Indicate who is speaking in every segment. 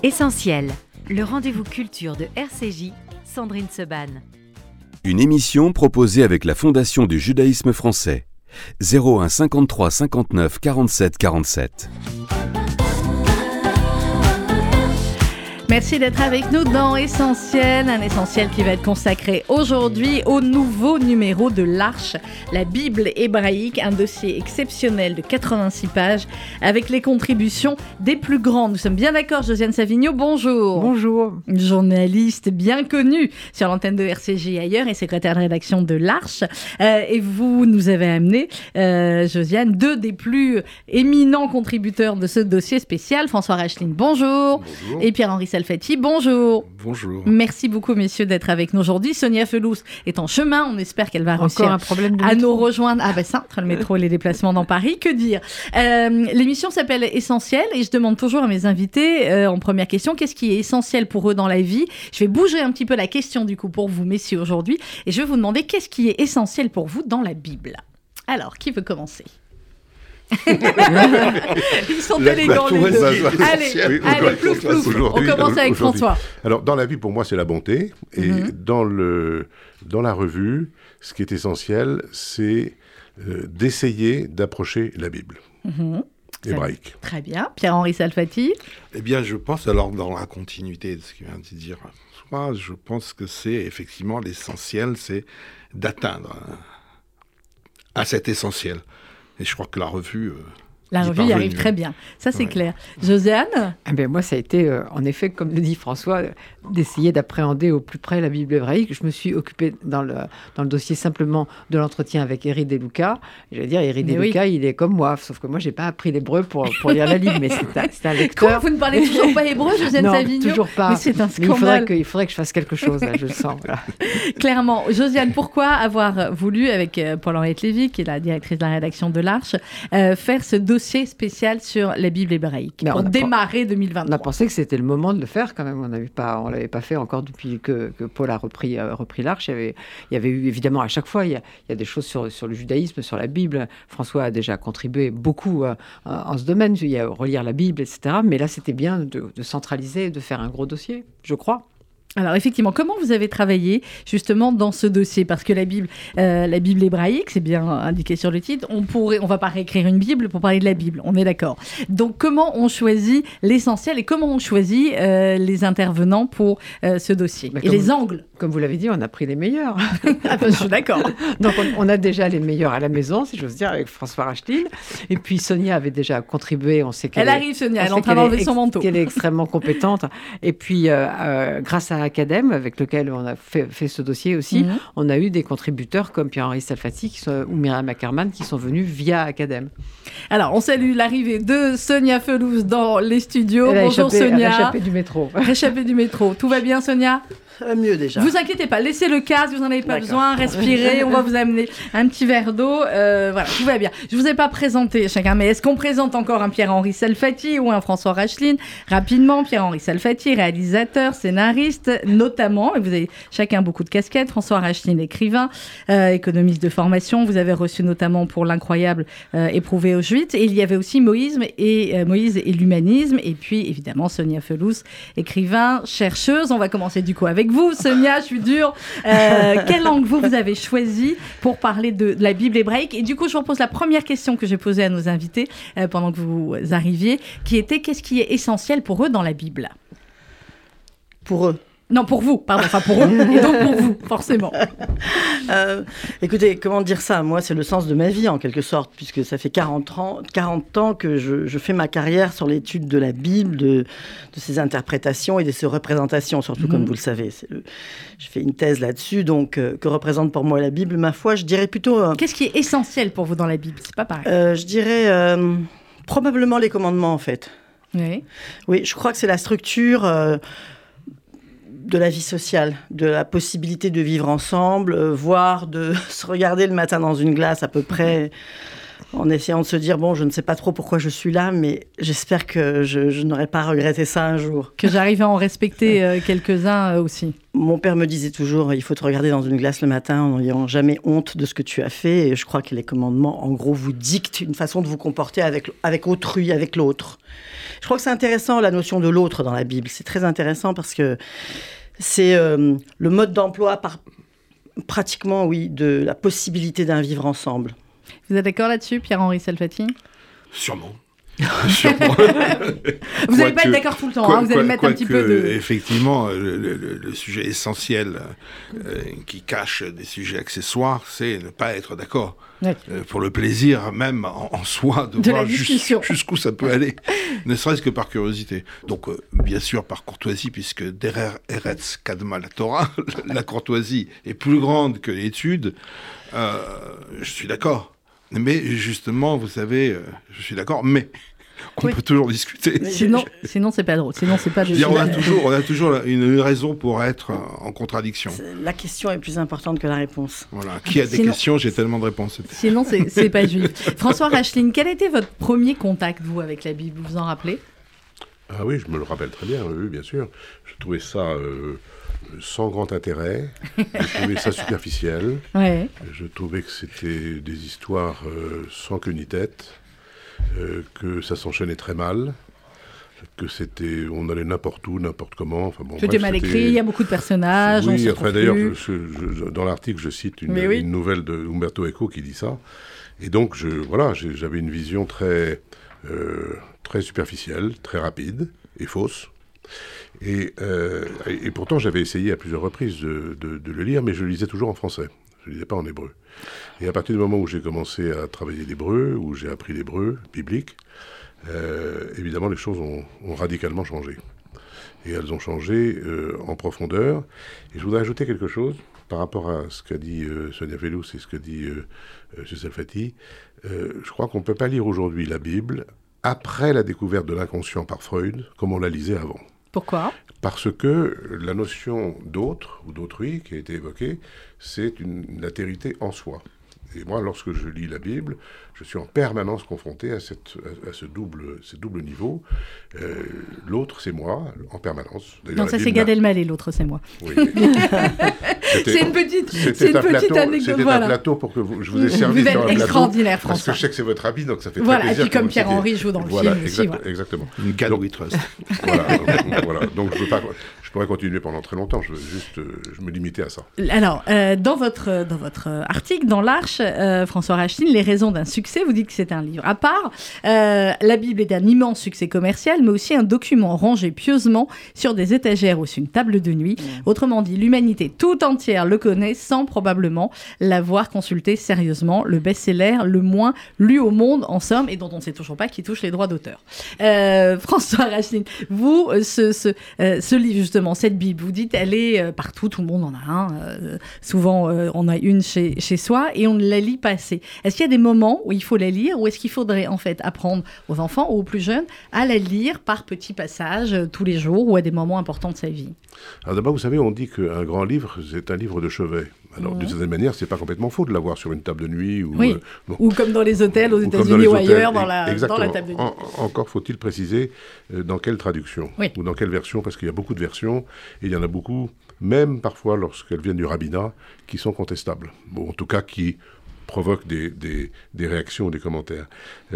Speaker 1: Essentiel, le rendez-vous culture de RCJ, Sandrine Seban.
Speaker 2: Une émission proposée avec la Fondation du judaïsme français. 01 53 59 47 47.
Speaker 3: Merci d'être avec nous dans Essentiel, un Essentiel qui va être consacré aujourd'hui au nouveau numéro de l'Arche, la Bible hébraïque, un dossier exceptionnel de 86 pages avec les contributions des plus grands. Nous sommes bien d'accord, Josiane Savigno, bonjour.
Speaker 4: Bonjour.
Speaker 3: Journaliste bien connue sur l'antenne de RCJ ailleurs et secrétaire de rédaction de l'Arche. Et vous nous avez amené, Josiane, deux des plus éminents contributeurs de ce dossier spécial, François Rachline, bonjour.
Speaker 5: Bonjour.
Speaker 3: Et Pierre-Henri Salfati, bonjour.
Speaker 5: Bonjour.
Speaker 3: Merci beaucoup, messieurs, d'être avec nous aujourd'hui. Sonia Felous est en chemin. On espère qu'elle va réussir
Speaker 4: un problème
Speaker 3: à nous rejoindre. Ah ben ça, entre le métro et les déplacements dans Paris, que dire. L'émission s'appelle Essentiel et je demande toujours à mes invités, en première question, qu'est-ce qui est essentiel pour eux dans la vie. Je vais bouger un petit peu la question du coup pour vous, messieurs, aujourd'hui. Et je vais vous demander qu'est-ce qui est essentiel pour vous dans la Bible. Alors, qui veut commencer? Ils sont élégants les deux. Allez, plouf. On commence avec François.
Speaker 5: Alors, dans la vie, pour moi, c'est la bonté. Et dans la revue, ce qui est essentiel, c'est d'essayer d'approcher la Bible hébraïque.
Speaker 3: Très bien. Pierre-Henri Salfati.
Speaker 6: Eh bien, je pense, alors, dans la continuité de ce qu'il vient de dire, je pense que c'est effectivement l'essentiel, c'est d'atteindre à cet essentiel. Et je crois que la revue...
Speaker 3: La revue y arrive très bien. Ça, c'est clair. Josiane ?
Speaker 4: Moi, ça a été, en effet, comme le dit François, d'essayer d'appréhender au plus près la Bible hébraïque. Je me suis occupée dans le dossier simplement de l'entretien avec Eri De Luca. Je vais dire, Eri De Luca, il est comme moi, sauf que moi, je n'ai pas appris l'hébreu pour lire la Bible, mais c'est un lecteur.
Speaker 3: Comment vous ne parlez toujours pas hébreu, Josiane Savigno ?
Speaker 4: Non, toujours pas.
Speaker 3: Mais c'est un scandale.
Speaker 4: Il faudrait que je fasse quelque chose, là, je le sens. Voilà.
Speaker 3: Clairement. Josiane, pourquoi avoir voulu, avec Paul-Henriette Lévy, qui est la directrice de la rédaction de l'Arche, faire ce dossier spécial sur la Bible hébraïque pour démarrer 2023.
Speaker 4: On a pensé que c'était le moment de le faire quand même. On l'avait pas fait encore depuis que Paul a repris l'Arche. Il y avait eu évidemment à chaque fois il y a des choses sur le judaïsme, sur la Bible. François a déjà contribué beaucoup en ce domaine. Il y a relire la Bible, etc. Mais là, c'était bien de centraliser, de faire un gros dossier, je crois.
Speaker 3: Alors effectivement, comment vous avez travaillé justement dans ce dossier ? Parce que la Bible hébraïque, c'est bien indiqué sur le titre, on va pas réécrire une Bible pour parler de la Bible, on est d'accord. Donc comment on choisit l'essentiel et comment on choisit les intervenants pour ce dossier et les angles ?
Speaker 4: Comme vous l'avez dit, on a pris les meilleurs.
Speaker 3: Je suis d'accord.
Speaker 4: Donc on a déjà les meilleurs à la maison, si j'ose dire, avec François Rachline. Et puis Sonia avait déjà contribué, on sait qu'elle
Speaker 3: arrive, Sonia, elle est en train d'enlever son manteau.
Speaker 4: Qu'elle est extrêmement compétente. Et puis grâce à Academ, avec lequel on a fait ce dossier aussi, on a eu des contributeurs comme Pierre-Henri Salfati ou Myriam Ackerman qui sont venus via Academ.
Speaker 3: Alors, on salue l'arrivée de Sonia Felous dans les studios. Bonjour Sonia.
Speaker 4: Elle a échappé du métro.
Speaker 3: Réchappée du métro. Tout va bien, Sonia ?
Speaker 7: Ça va mieux déjà.
Speaker 3: Vous inquiétez pas, laissez le casque, vous n'en avez pas besoin, respirez, on va vous amener un petit verre d'eau, voilà, tout va bien. Je vous ai pas présenté chacun, mais est-ce qu'on présente encore un Pierre-Henri Salfati ou un François Rachline ? Rapidement, Pierre-Henri Salfati, réalisateur, scénariste, notamment, vous avez chacun beaucoup de casquettes, François Rachline, écrivain, économiste de formation, vous avez reçu notamment pour l'incroyable éprouvé Auschwitz, et il y avait aussi Moïse et l'humanisme, et puis évidemment Sonia Felous, écrivain, chercheuse. On va commencer du coup avec vous, Sonia, je suis dure. Quel angle vous avez choisi pour parler de la Bible hébraïque ? Et du coup, je vous repose la première question que j'ai posée à nos invités pendant que vous arriviez, qui était qu'est-ce qui est essentiel pour eux dans la Bible ?
Speaker 7: Pour eux ?
Speaker 3: Non, pour vous, pardon, enfin pour eux, et donc pour vous, forcément.
Speaker 7: Écoutez, comment dire ça ? Moi, c'est le sens de ma vie, en quelque sorte, puisque ça fait 40 ans que je fais ma carrière sur l'étude de la Bible, de ses interprétations et de ses représentations, surtout, comme vous le savez. Je fais une thèse là-dessus, donc que représente pour moi la Bible ? Ma foi, je dirais plutôt...
Speaker 3: Qu'est-ce qui est essentiel pour vous dans la Bible ? C'est pas pareil.
Speaker 7: Je dirais probablement les commandements, en fait.
Speaker 3: Oui.
Speaker 7: Oui, je crois que c'est la structure... de la vie sociale, de la possibilité de vivre ensemble, voire de se regarder le matin dans une glace à peu près En essayant de se dire, bon, je ne sais pas trop pourquoi je suis là, mais j'espère que je n'aurai pas regretté ça un jour.
Speaker 3: Que j'arrive à en respecter quelques-uns aussi.
Speaker 7: Mon père me disait toujours, il faut te regarder dans une glace le matin en n'ayant jamais honte de ce que tu as fait. Et je crois que les commandements, en gros, vous dictent une façon de vous comporter avec autrui, avec l'autre. Je crois que c'est intéressant, la notion de l'autre dans la Bible. C'est très intéressant parce que c'est le mode d'emploi pratiquement, oui, de la possibilité d'un vivre ensemble.
Speaker 3: Vous êtes d'accord là-dessus, Pierre-Henri Salfati ?
Speaker 6: Sûrement.
Speaker 3: Vous n'allez pas être d'accord tout le temps, vous allez mettre un petit peu de...
Speaker 6: Effectivement, le sujet essentiel qui cache des sujets accessoires, c'est ne pas être d'accord. Ouais. Pour le plaisir même en soi de voir jusqu'où ça peut aller, ne serait-ce que par curiosité. Donc, bien sûr, par courtoisie, puisque derer eretz kadma la Torah, la courtoisie est plus grande que l'étude, je suis d'accord. Mais justement, vous savez, je suis d'accord, mais on peut toujours discuter.
Speaker 3: Sinon, c'est pas drôle. Sinon, c'est pas.
Speaker 6: On a toujours une raison pour être en contradiction.
Speaker 7: La question est plus importante que la réponse.
Speaker 6: Voilà. Qui a des questions, j'ai tellement de réponses.
Speaker 3: Sinon, c'est pas juste. François Rachline, quel était votre premier contact, vous, avec la Bible ? Vous vous en rappelez ?
Speaker 5: Ah oui, je me le rappelle très bien, oui, bien sûr. Je trouvais ça sans grand intérêt, je trouvais ça superficiel, ouais. Je trouvais que c'était des histoires sans queue ni tête, que ça s'enchaînait très mal, que on allait n'importe où, n'importe comment. Enfin, bon,
Speaker 3: c'était mal écrit, il y a beaucoup de personnages.
Speaker 5: Oui, enfin, d'ailleurs, dans l'article, je cite une nouvelle de Umberto Eco qui dit ça. Et donc, j'avais une vision très superficielle, très rapide et fausse. Et pourtant, j'avais essayé à plusieurs reprises de le lire, mais je le lisais toujours en français. Je ne le lisais pas en hébreu. Et à partir du moment où j'ai commencé à travailler l'hébreu, où j'ai appris l'hébreu biblique, évidemment, les choses ont radicalement changé. Et elles ont changé en profondeur. Et je voudrais ajouter quelque chose par rapport à ce qu'a dit Sonia Fellous et ce que dit M. Salfati. Je crois qu'on ne peut pas lire aujourd'hui la Bible après la découverte de l'inconscient par Freud, comme on la lisait avant.
Speaker 3: Pourquoi ?
Speaker 5: Parce que la notion d'autre ou d'autrui qui a été évoquée, c'est une altérité en soi. Et moi, lorsque je lis la Bible, je suis en permanence confronté à ce double niveau. L'autre, c'est moi, en permanence.
Speaker 3: D'ailleurs, non, ça c'est Gad Elmaleh, l'autre, c'est moi.
Speaker 5: Oui.
Speaker 3: C'est une petite anecdote.
Speaker 5: C'était un plateau pour que je vous ai servi sur un plateau.
Speaker 3: Vous êtes extraordinaire, François.
Speaker 5: Parce que je sais que c'est votre ami, donc ça fait très plaisir.
Speaker 3: Et puis comme Pierre-Henri joue dans le film aussi.
Speaker 5: Exactement.
Speaker 6: Une God We Trust.
Speaker 5: Voilà. Donc je pourrais continuer pendant très longtemps. Je me limitais à ça.
Speaker 3: Alors, dans votre article, dans l'Arche, François Rachline, Les raisons d'un succès, vous dites que c'est un livre à part. La Bible est un immense succès commercial, mais aussi un document rangé pieusement sur des étagères ou sur une table de nuit. Autrement dit, l'humanité tout entière le connaît sans probablement l'avoir consulté sérieusement. Le best-seller le moins lu au monde, en somme, et dont on ne sait toujours pas qui touche les droits d'auteur. François Rachline, vous, ce livre, justement, cette Bible, vous dites, elle est partout, tout le monde en a un. Souvent, on a une chez soi et on ne la lit pas assez. Est-ce qu'il y a des moments où il faut la lire, ou est-ce qu'il faudrait en fait apprendre aux enfants ou aux plus jeunes à la lire par petits passages tous les jours ou à des moments importants de sa vie ?
Speaker 5: Alors d'abord, vous savez, on dit qu'un grand livre, c'est un livre de chevet. Alors, d'une certaine manière, c'est pas complètement faux de l'avoir sur une table de nuit.
Speaker 3: Ou comme dans les hôtels aux États-Unis ou ailleurs, dans la table de nuit.
Speaker 5: Encore faut-il préciser dans quelle traduction ou dans quelle version, parce qu'il y a beaucoup de versions, et il y en a beaucoup, même parfois lorsqu'elles viennent du rabbinat, qui sont contestables. Bon, en tout cas, qui provoquent des réactions ou des commentaires.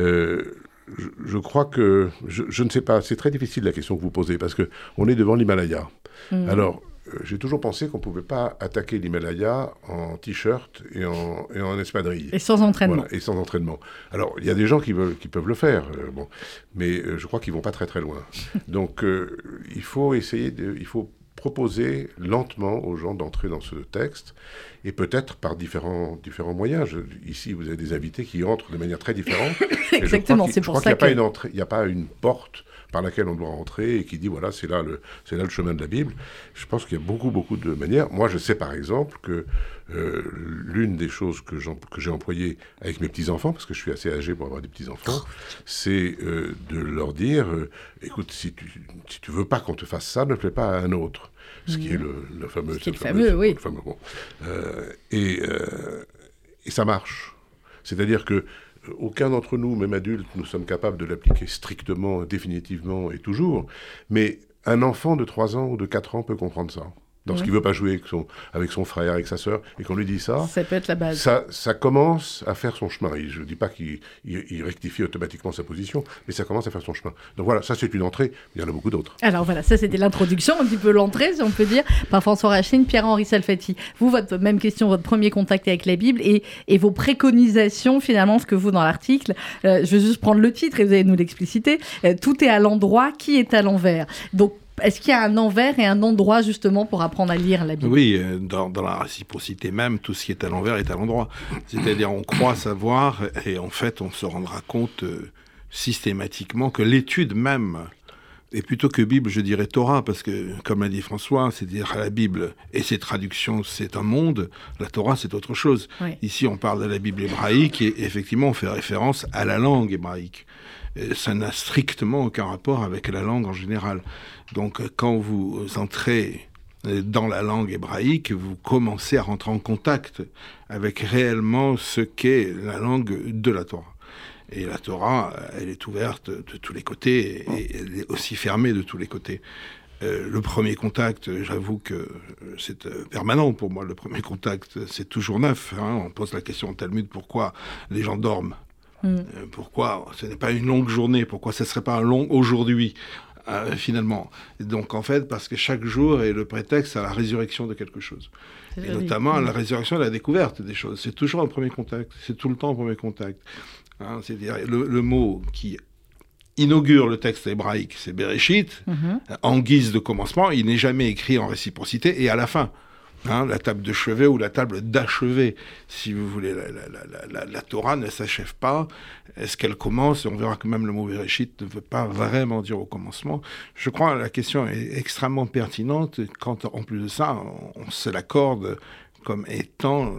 Speaker 5: Je crois que... Je ne sais pas, c'est très difficile la question que vous posez, parce qu'on est devant l'Himalaya. Alors... j'ai toujours pensé qu'on ne pouvait pas attaquer l'Himalaya en t-shirt et en espadrille.
Speaker 3: Et sans entraînement.
Speaker 5: Voilà, et sans entraînement. Alors, il y a des gens qui peuvent le faire, mais je crois qu'ils ne vont pas très très loin. Donc, il faut proposer lentement aux gens d'entrer dans ce texte, et peut-être par différents moyens. Ici, vous avez des invités qui entrent de manière très différente.
Speaker 3: Exactement, c'est pour ça
Speaker 5: qu'il n'y a pas une porte par laquelle on doit rentrer et qui dit, voilà, c'est là le chemin de la Bible. Je pense qu'il y a beaucoup de manières. Moi, je sais par exemple que l'une des choses que j'ai employées avec mes petits-enfants, parce que je suis assez âgé pour avoir des petits-enfants, c'est de leur dire, écoute, si tu veux pas qu'on te fasse ça, ne le fais pas à un autre. Ce qui est le fameux...
Speaker 3: oui.
Speaker 5: Et ça marche. C'est-à-dire que aucun d'entre nous, même adultes, nous sommes capables de l'appliquer strictement, définitivement et toujours. Mais un enfant de 3 ans ou de 4 ans peut comprendre ça. Lorsqu'il ne veut pas jouer avec son frère, avec sa sœur, et qu'on lui dit ça,
Speaker 3: ça peut être la base.
Speaker 5: Ça commence à faire son chemin. Et je ne dis pas qu'il rectifie automatiquement sa position, mais ça commence à faire son chemin. Donc voilà, ça c'est une entrée, il y en a beaucoup d'autres.
Speaker 3: Alors voilà, ça c'était l'introduction, un petit peu l'entrée, si on peut dire, par François Racheline, Pierre-Henri Salfati. Vous, même question, votre premier contact avec la Bible et vos préconisations, finalement, ce que vous, dans l'article, je vais juste prendre le titre et vous allez nous l'expliciter. Tout est à l'endroit, qui est à l'envers. Donc, est-ce qu'il y a un envers et un endroit, justement, pour apprendre à lire la Bible ?
Speaker 6: Oui, dans la réciprocité même, tout ce qui est à l'envers est à l'endroit. C'est-à-dire, on croit savoir, et en fait, on se rendra compte systématiquement que l'étude même, et plutôt que Bible, je dirais Torah, parce que, comme l'a dit François, c'est-à-dire la Bible et ses traductions, c'est un monde, la Torah, c'est autre chose. Oui. Ici, on parle de la Bible hébraïque, et effectivement, on fait référence à la langue hébraïque. Ça n'a strictement aucun rapport avec la langue en général. Donc, quand vous entrez dans la langue hébraïque, vous commencez à rentrer en contact avec réellement ce qu'est la langue de la Torah. Et la Torah, elle est ouverte de tous les côtés et elle est aussi fermée de tous les côtés. Le premier contact, j'avoue que c'est permanent pour moi. Le premier contact, c'est toujours neuf. On pose la question au Talmud, pourquoi les gens dorment ? Pourquoi ce n'est pas une longue journée ? Pourquoi ce ne serait pas un long aujourd'hui, finalement ? Donc, en fait, parce que chaque jour est le prétexte à la résurrection de quelque chose. Et notamment à la résurrection et à la découverte des choses. C'est toujours un premier contact. C'est tout le temps un premier contact. C'est-à-dire, le mot qui inaugure le texte hébraïque, c'est Bereshit. En guise de commencement, il n'est jamais écrit en réciprocité et à la fin. La table de chevet ou la table d'achever, si vous voulez. La Torah ne s'achève pas. Est-ce qu'elle commence ? On verra que même le mot Bereshit ne veut pas vraiment dire au commencement. Je crois que la question est extrêmement pertinente quand, en plus de ça, on se l'accorde comme étant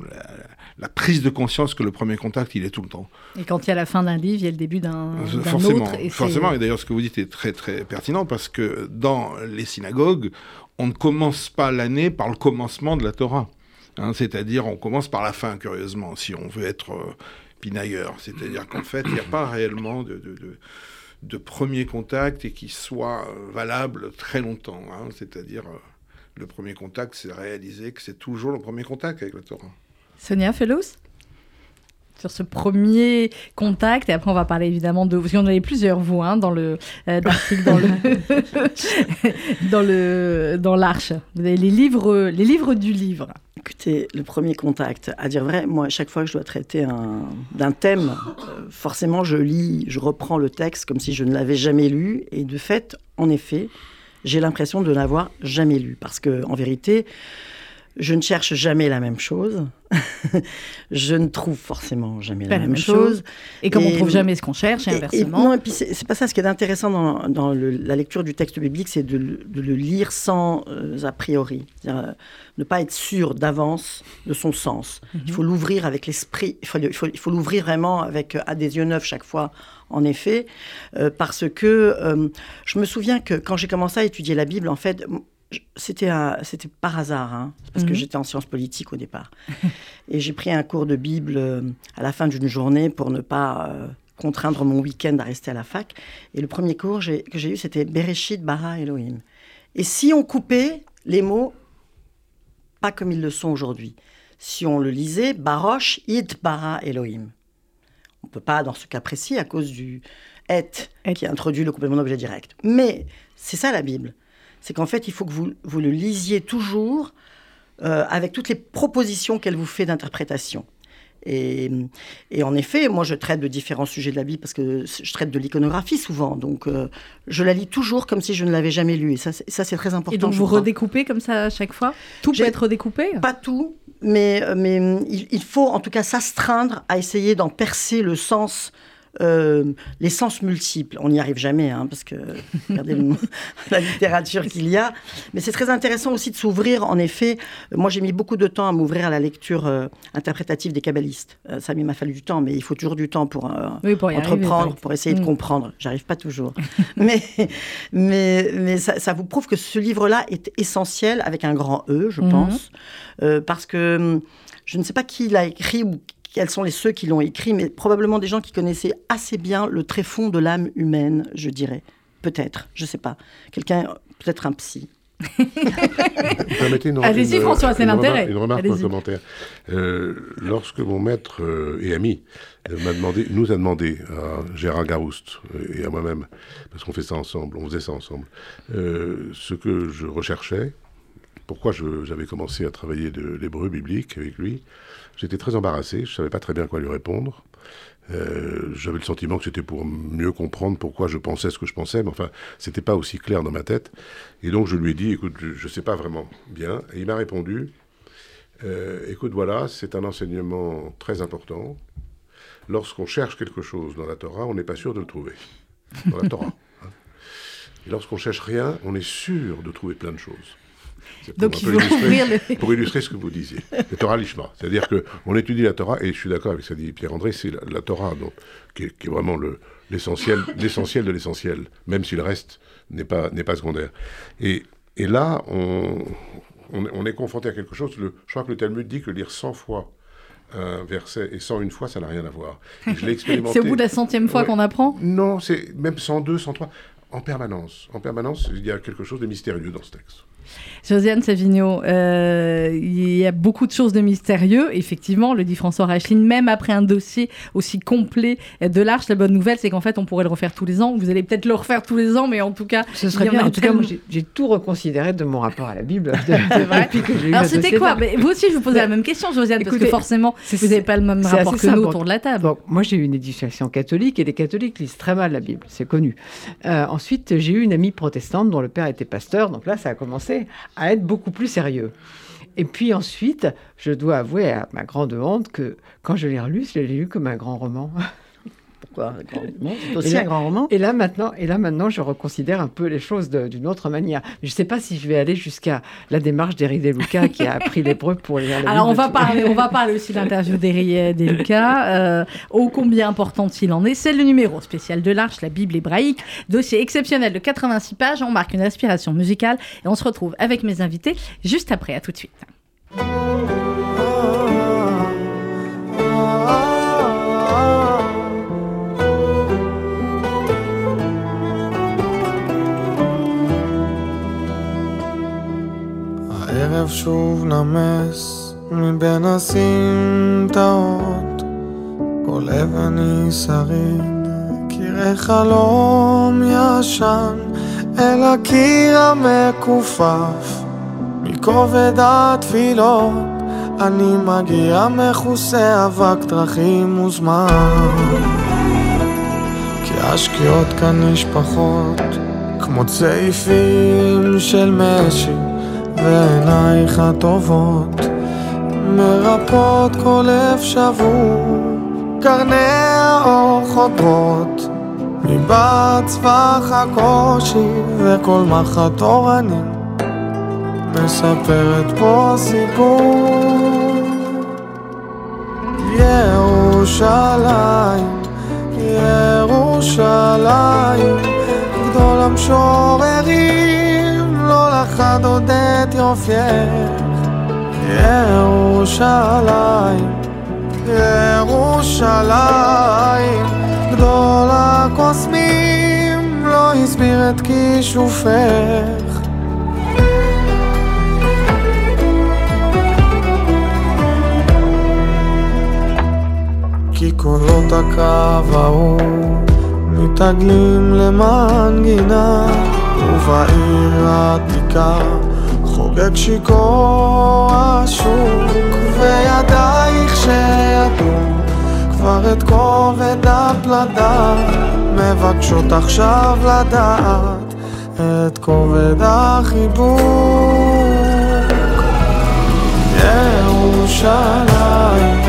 Speaker 6: la prise de conscience que le premier contact, il est tout le temps.
Speaker 3: Et quand il y a la fin d'un livre, il y a le début d'un
Speaker 6: autre.
Speaker 3: Et
Speaker 6: forcément, et d'ailleurs, ce que vous dites est très, très pertinent, parce que dans les synagogues, on ne commence pas l'année par le commencement de la Torah. C'est-à-dire, on commence par la fin, curieusement, si on veut être pinailleur. C'est-à-dire qu'en fait, il n'y a pas réellement de premier contact et qui soit valable très longtemps. C'est-à-dire, le premier contact, c'est réaliser que c'est toujours le premier contact avec la Torah.
Speaker 3: Sonia Fellows ? Sur ce premier contact, et après on va parler évidemment de... Parce qu'il y en avait plusieurs, vous, dans l'article, dans l'Arche. Vous avez les livres du livre.
Speaker 7: Écoutez, le premier contact, à dire vrai, moi, à chaque fois que je dois traiter d'un thème, forcément, je reprends le texte comme si je ne l'avais jamais lu. Et de fait, en effet, j'ai l'impression de n'avoir jamais lu. Parce qu'en vérité, je ne cherche jamais la même chose. Je ne trouve forcément jamais la même chose.
Speaker 3: Et comme on ne trouve jamais ce qu'on cherche, et inversement.
Speaker 7: Non, et puis c'est pas ça. Ce qui est intéressant dans la lecture du texte biblique, c'est de le lire sans a priori. C'est-à-dire, ne pas être sûr d'avance de son sens. Il faut l'ouvrir avec l'esprit. Il faut l'ouvrir vraiment avec à des yeux neufs chaque fois, en effet. Parce que je me souviens que quand j'ai commencé à étudier la Bible, en fait... C'était par hasard, parce que j'étais en sciences politiques au départ. Et j'ai pris un cours de Bible à la fin d'une journée pour ne pas contraindre mon week-end à rester à la fac. Et le premier cours que j'ai eu, c'était Bereshit bara Elohim. Et si on coupait les mots, pas comme ils le sont aujourd'hui, si on le lisait, Barosh it bara Elohim. On ne peut pas, dans ce cas précis, à cause du et qui introduit le complément d'objet direct. Mais c'est ça la Bible. C'est qu'en fait, il faut que vous le lisiez toujours avec toutes les propositions qu'elle vous fait d'interprétation. Et en effet, moi, je traite de différents sujets de la Bible parce que je traite de l'iconographie souvent. Donc, je la lis toujours comme si je ne l'avais jamais lue. Et ça c'est très important.
Speaker 3: Et donc, vous redécoupez comme ça à chaque fois ? Tout peut être redécoupé ?
Speaker 7: Pas tout, mais il faut en tout cas s'astreindre à essayer d'en percer le sens... les sens multiples, on n'y arrive jamais, parce que regardez la littérature qu'il y a. Mais c'est très intéressant aussi de s'ouvrir. En effet, moi j'ai mis beaucoup de temps à m'ouvrir à la lecture interprétative des kabbalistes. Ça m'a fallu du temps, mais il faut toujours du temps pour entreprendre, pour essayer de comprendre. J'arrive pas toujours. mais ça vous prouve que ce livre-là est essentiel avec un grand E, je pense, parce que je ne sais pas qui l'a écrit ou quels sont ceux qui l'ont écrit, mais probablement des gens qui connaissaient assez bien le tréfonds de l'âme humaine, je dirais. Peut-être, je ne sais pas. Quelqu'un, peut-être un psy.
Speaker 5: Permettez
Speaker 3: Allez-y, François, c'est l'intérêt.
Speaker 5: Une remarque ou un commentaire. Lorsque mon maître et ami nous a demandé à Gérard Garouste et à moi-même, parce qu'on fait ça ensemble, on faisait ça ensemble, ce que je recherchais, pourquoi j'avais commencé à travailler de l'hébreu biblique avec lui, j'étais très embarrassé, je ne savais pas très bien quoi lui répondre. J'avais le sentiment que c'était pour mieux comprendre pourquoi je pensais ce que je pensais, mais enfin, c'était pas aussi clair dans ma tête. Et donc, je lui ai dit, écoute, je sais pas vraiment bien. Et il m'a répondu, écoute, voilà, c'est un enseignement très important. Lorsqu'on cherche quelque chose dans la Torah, on n'est pas sûr de le trouver. Dans la Torah. Hein. Et lorsqu'on cherche rien, on est sûr de trouver plein de choses.
Speaker 3: Donc il faut ouvrir
Speaker 5: pour illustrer ce que vous disiez. Le Torah Lishma. C'est-à-dire qu'on étudie la Torah, et je suis d'accord avec ce qu'a dit Pierre-André, c'est la Torah donc, qui est vraiment l'essentiel de l'essentiel, même si le reste n'est pas secondaire. Et là, on est confronté à quelque chose. Je crois que le Talmud dit que lire 100 fois un verset et 101 fois, ça n'a rien à voir. Et je l'ai expérimenté.
Speaker 3: C'est au bout de la 100e fois qu'on apprend ?
Speaker 5: Non, c'est même 102, 103. En permanence, il y a quelque chose de mystérieux dans ce texte.
Speaker 3: Josiane Savigno, il y a beaucoup de choses de mystérieux. Effectivement, le dit François Rachline, même après un dossier aussi complet de l'Arche, la bonne nouvelle, c'est qu'en fait, on pourrait le refaire tous les ans. Vous allez peut-être le refaire tous les ans, mais en tout cas...
Speaker 4: Ce serait bien. En tout cas, moi, j'ai tout reconsidéré de mon rapport à la Bible.
Speaker 3: C'est vrai. Alors, c'était quoi ? Mais vous aussi, je vous posais la même question, Josiane, parce que forcément, vous n'avez pas le même rapport que nous autour de la table.
Speaker 4: Bon, moi, j'ai eu une éducation catholique, et les catholiques lisent très mal la Bible, c'est connu. Ensuite, j'ai eu une amie protestante dont le père était pasteur, donc là, ça a commencé à être beaucoup plus sérieux. Et puis ensuite, je dois avouer à ma grande honte que quand je l'ai relu, je l'ai lu comme un grand roman.
Speaker 7: Pourquoi ? C'est aussi un grand roman.
Speaker 4: Et là maintenant, je reconsidère un peu les choses d'une autre manière. Je ne sais pas si je vais aller jusqu'à la démarche d'Eri De Luca qui a appris l'hébreu pour lire la Bible.
Speaker 3: Alors on va parler aussi de l'interview d'Eri De Luca. Ô combien importante il en est. C'est le numéro spécial de l'Arche, la Bible hébraïque. Dossier exceptionnel de 86 pages. On marque une inspiration musicale et on se retrouve avec mes invités juste après. À tout de suite.
Speaker 8: הערב שוב נמס מבין הסמטאות, כל אבן היא שריד, קיר חלום ישן, אל הקיר המכופף, מכובד התפילות, אני מגיע מכוסה אבק דרכים וזמן, כי השקיעות כאן נשפחות, כמו צעיפים של משי, ועינייך הטובות מרפות כל לב שבור, קרני האור חודרות מבעד צווח הקושי, וכל מחט אורנים מספרת פה סיפור. ירושלים, ירושלים, גדול המשוררים לא לחד עוד את יופייך. ירושלים, ירושלים, גדול הקוסמים לא הסביר את כישופך. כי קולות הקו ההוא מתעגלים למנגינה, ובעיר העתיקה חוגג שיכור השוק, וידייך שידעו כבר את כובד הפלדה, מבקשות עכשיו לדעת את כובד החיבוק. ירושלים,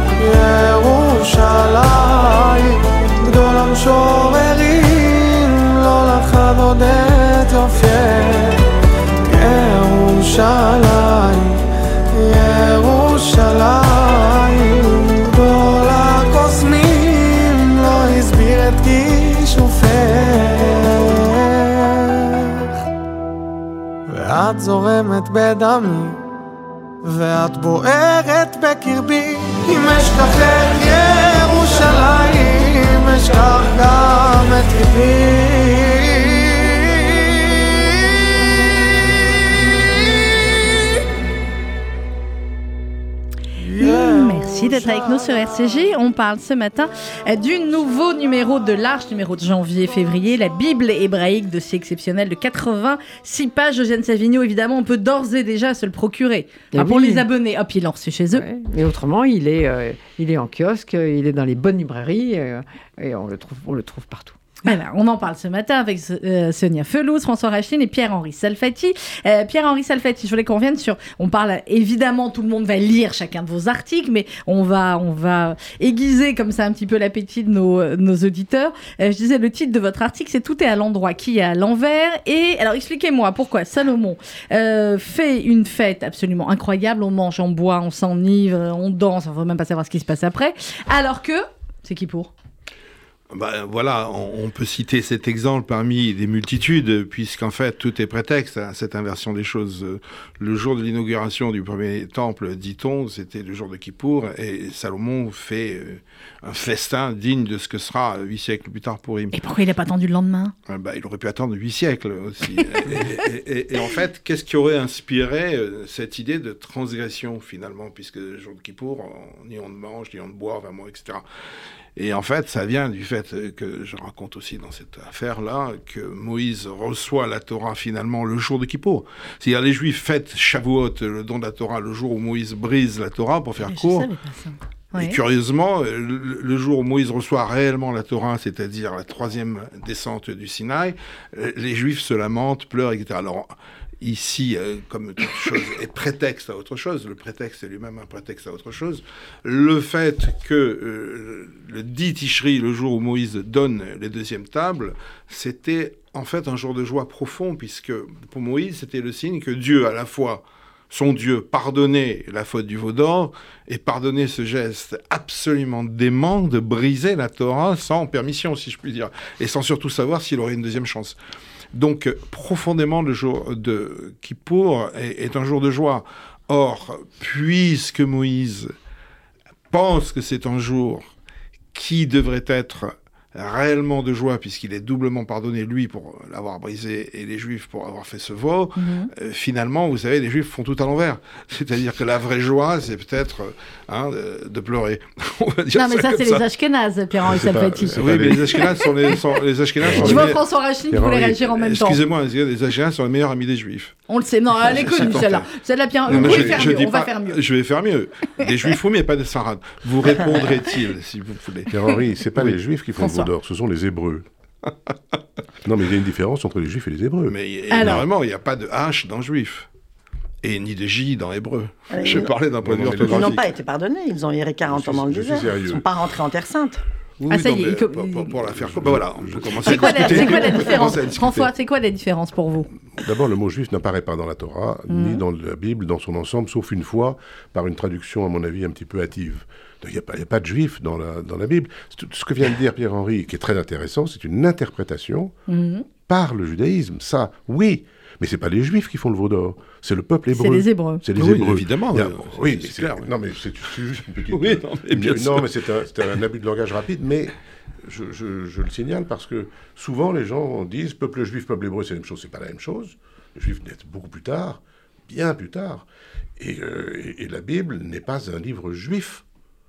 Speaker 8: ירושלים, גדול המשוררים לא לחד עוד את יופייך. ירושלים, ירושלים, גדול הקוסמים לא הסביר את כישופך. ואת זורמת בדמי ואת בוערת בקרבי. אם אשכח את ירושלים, אשכח גם את ליבי.
Speaker 3: Merci d'être avec nous sur RCJ. On parle ce matin du nouveau numéro de l'Arche, numéro de janvier-février, la Bible hébraïque, dossier exceptionnel de 86 pages. Eugène Savigno, évidemment, on peut d'ores et déjà se le procurer. Pour les abonnés, hop, il est reçu chez eux.
Speaker 4: Ouais. Mais autrement, il est en kiosque, il est dans les bonnes librairies et on le trouve partout.
Speaker 3: Voilà, on en parle ce matin avec Sonia Felouz, François Racheline et Pierre-Henri Salfati. Pierre-Henri Salfati, je voulais qu'on revienne sur... On parle, évidemment, tout le monde va lire chacun de vos articles, mais on va aiguiser comme ça un petit peu l'appétit de nos auditeurs. Je disais, le titre de votre article, c'est « Tout est à l'endroit qui est à l'envers ». Et alors, expliquez-moi pourquoi Salomon fait une fête absolument incroyable. On mange, on boit, on s'enivre, on danse, on ne veut même pas savoir ce qui se passe après. Alors que... C'est qui pour ?
Speaker 6: Voilà, on peut citer cet exemple parmi des multitudes, puisqu'en fait, tout est prétexte à cette inversion des choses. Le jour de l'inauguration du premier temple, dit-on, c'était le jour de Kippour, et Salomon fait un festin digne de ce que sera 8 siècles plus tard pour Purim.
Speaker 3: Et pourquoi il n'a pas attendu le lendemain ?
Speaker 6: Il aurait pu attendre 8 siècles aussi. et en fait, qu'est-ce qui aurait inspiré cette idée de transgression, finalement, puisque le jour de Kippour, ni on ne mange, ni on ne boit, vraiment, etc. Et en fait, ça vient du fait que je raconte aussi dans cette affaire-là que Moïse reçoit la Torah finalement le jour de Kippour. C'est-à-dire les Juifs fêtent Shavuot, le don de la Torah, le jour où Moïse brise la Torah, pour faire court.
Speaker 3: Je savais pas ça. Ouais.
Speaker 6: Et curieusement, le jour où Moïse reçoit réellement la Torah, c'est-à-dire la 3e descente du Sinaï, les Juifs se lamentent, pleurent, etc. Alors, ici, comme toute chose est prétexte à autre chose, le prétexte est lui-même un prétexte à autre chose, le fait que le dit Tishri, le jour où Moïse donne les 2e tables, c'était en fait un jour de joie profond, puisque pour Moïse, c'était le signe que Dieu, à la fois, son Dieu, pardonnait la faute du veau d'or et pardonnait ce geste absolument dément de briser la Torah sans permission, si je puis dire, et sans surtout savoir s'il aurait une 2e chance. Donc, profondément, le jour de Kippour est un jour de joie. Or, puisque Moïse pense que c'est un jour qui devrait être réellement de joie, puisqu'il est doublement pardonné, lui, pour l'avoir brisé, et les Juifs pour avoir fait ce veau, finalement, vous savez, les Juifs font tout à l'envers. C'est-à-dire que la vraie joie, c'est peut-être de pleurer. On va dire
Speaker 3: non, mais ça, c'est les Ashkénazes, Pierre-Henri Salfati.
Speaker 6: Oui, mais les Ashkénazes sont les Ashkénazes.
Speaker 3: Je vois François Racheline qui voulait réagir en même temps.
Speaker 6: Excusez-moi, les Ashkénazes sont les meilleurs amis des Juifs.
Speaker 3: On le sait, non, elle est connue, celle-là. Celle-là, Pierre, on va faire mieux.
Speaker 6: Je vais faire mieux. Des Juifs, oui, mais pas des Sarades. Vous répondrez-il, si vous voulez.
Speaker 5: Pierre-Henri, c'est pas les Juifs qui font le veau d'or, ce sont les Hébreux. Non, mais il y a une différence entre les Juifs et les Hébreux.
Speaker 6: Mais normalement, il n'y a pas de H dans Juif. Et ni de J dans Hébreu. Je parlais d'un point de vue orthographique.
Speaker 7: Ils n'ont pas été pardonnés, ils ont erré 40 ans dans le désert. Ils ne sont pas rentrés en Terre Sainte.
Speaker 6: Oui,
Speaker 3: ça y est.
Speaker 6: Pour la faire courte, voilà, on commence
Speaker 3: c'est quoi la différence, François, c'est quoi la différence pour vous ?
Speaker 5: D'abord, le mot juif n'apparaît pas dans la Torah, ni dans la Bible, dans son ensemble, sauf une fois, par une traduction, à mon avis, un petit peu hâtive. Il n'y a pas de juif dans la Bible. Ce que vient de dire Pierre-Henri, qui est très intéressant, c'est une interprétation par le judaïsme. Ça, oui. Mais c'est pas les Juifs qui font le veau d'or, c'est le peuple hébreu.
Speaker 3: C'est les Hébreux.
Speaker 5: C'est les Hébreux.
Speaker 6: Évidemment.
Speaker 5: Oui, c'est clair. Non, mais c'est juste une petite...
Speaker 6: Oui, non, mais
Speaker 5: c'est un abus de langage rapide, mais je le signale parce que souvent les gens disent peuple juif, peuple hébreu, c'est la même chose. C'est pas la même chose. Les Juifs naissent beaucoup plus tard, bien plus tard. Et la Bible n'est pas un livre juif.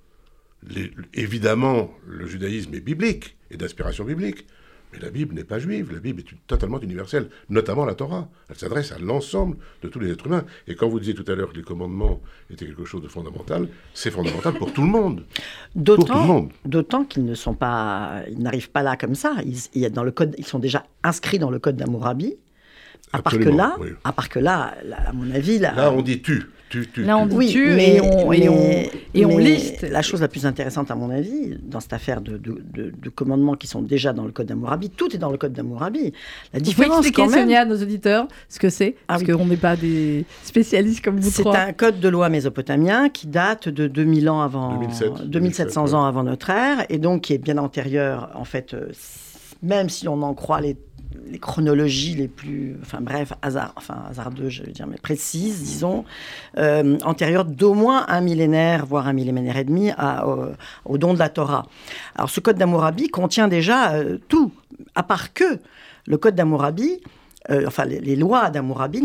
Speaker 5: Évidemment, le judaïsme est biblique, et d'inspiration biblique. Mais la Bible n'est pas juive, la Bible est totalement universelle, notamment la Torah. Elle s'adresse à l'ensemble de tous les êtres humains. Et quand vous disiez tout à l'heure que les commandements étaient quelque chose de fondamental, c'est fondamental pour tout le monde.
Speaker 7: D'autant qu'ils ne sont pas, ils n'arrivent pas là comme ça. Ils sont déjà inscrits dans le code d'Hammurabi. À part que là, à mon avis...
Speaker 5: Là, on dit tu.
Speaker 3: Là, on dit tu
Speaker 7: et
Speaker 3: on liste.
Speaker 7: La chose la plus intéressante, à mon avis, dans cette affaire de commandements qui sont déjà dans le code d'Hammurabi, tout est dans le code d'Hammurabi. La différence,
Speaker 3: vous pouvez expliquer,
Speaker 7: quand même...
Speaker 3: Sonia, à nos auditeurs, ce que c'est, parce qu'on n'est pas des spécialistes comme vous trois.
Speaker 7: C'est un code de loi mésopotamien qui date de 2000 ans avant... 2700 ans avant notre ère, et donc qui est bien antérieur, en fait, même si on en croit les chronologies les plus, hasardeuses, je veux dire, mais précises, disons, antérieures d'au moins un millénaire, voire un millénaire et demi, au don de la Torah. Alors, ce code d'Hammurabi contient déjà tout, à part que le code d'Hammurabi, les lois d'Hammurabi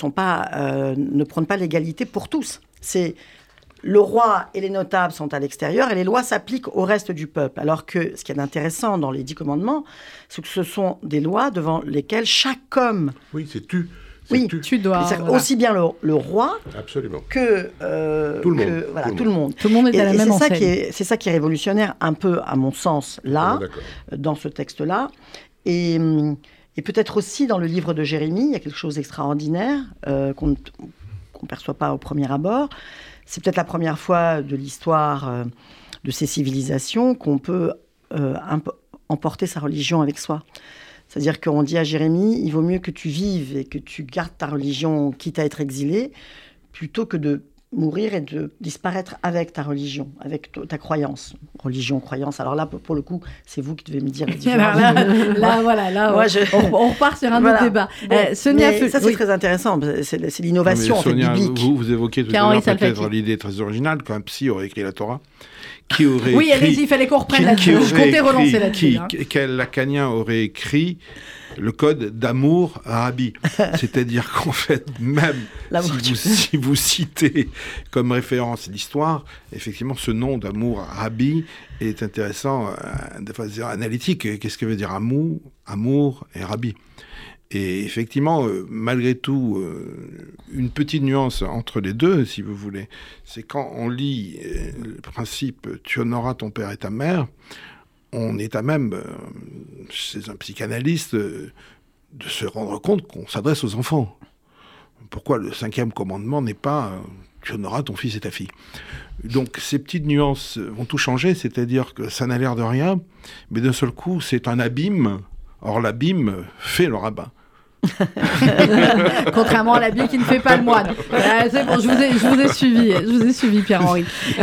Speaker 7: ne prônent pas l'égalité pour tous. C'est le roi et les notables sont à l'extérieur et les lois s'appliquent au reste du peuple. Alors que ce qui est intéressant dans les 10 commandements, c'est que ce sont des lois devant lesquelles chaque homme...
Speaker 5: Oui, c'est tu.
Speaker 3: Tu dois...
Speaker 7: Aussi bien le roi
Speaker 5: Absolument.
Speaker 7: que
Speaker 5: tout le monde.
Speaker 3: Tout le monde est à la même enseigne.
Speaker 7: C'est ça qui est révolutionnaire un peu, à mon sens, là, dans ce texte-là. Et peut-être aussi dans le livre de Jérémie, il y a quelque chose d'extraordinaire qu'on ne perçoit pas au premier abord. C'est peut-être la première fois de l'histoire de ces civilisations qu'on peut emporter sa religion avec soi. C'est-à-dire qu'on dit à Jérémie, il vaut mieux que tu vives et que tu gardes ta religion, quitte à être exilé, plutôt que de mourir et de disparaître avec ta religion, avec ta croyance. Religion, croyance. Alors là, pour le coup, c'est vous qui devez me dire la différence.
Speaker 3: On repart sur un autre débat. Sonia Felous.
Speaker 7: Ça, c'est très intéressant. C'est l'innovation biblique.
Speaker 6: Vous évoquez tout à l'heure peut-être l'idée très originale qu'un psy aurait écrit la Torah. Qui aurait
Speaker 3: écrit, allez-y, il fallait qu'on reprenne là-dessus. Je comptais relancer là-dessus.
Speaker 6: Quel lacanien aurait écrit le code d'amour Rabbi. C'est-à-dire qu'en fait, même si vous citez comme référence l'histoire, effectivement, ce nom d'amour Rabbi est intéressant de façon analytique. Qu'est-ce que veut dire amour et Rabbi ? Et effectivement, malgré tout, une petite nuance entre les deux, si vous voulez, c'est quand on lit le principe « tu honoreras ton père et ta mère », on est à même, chez un psychanalyste, de se rendre compte qu'on s'adresse aux enfants. Pourquoi le 5e commandement n'est pas « tu honoreras ton fils et ta fille ». Donc ces petites nuances vont tout changer, c'est-à-dire que ça n'a l'air de rien, mais d'un seul coup, c'est un abîme. Or, l'abîme fait le rabbin.
Speaker 3: Contrairement à l'habit qui ne fait pas le moine. C'est bon, je vous ai suivi, Pierre-Henri.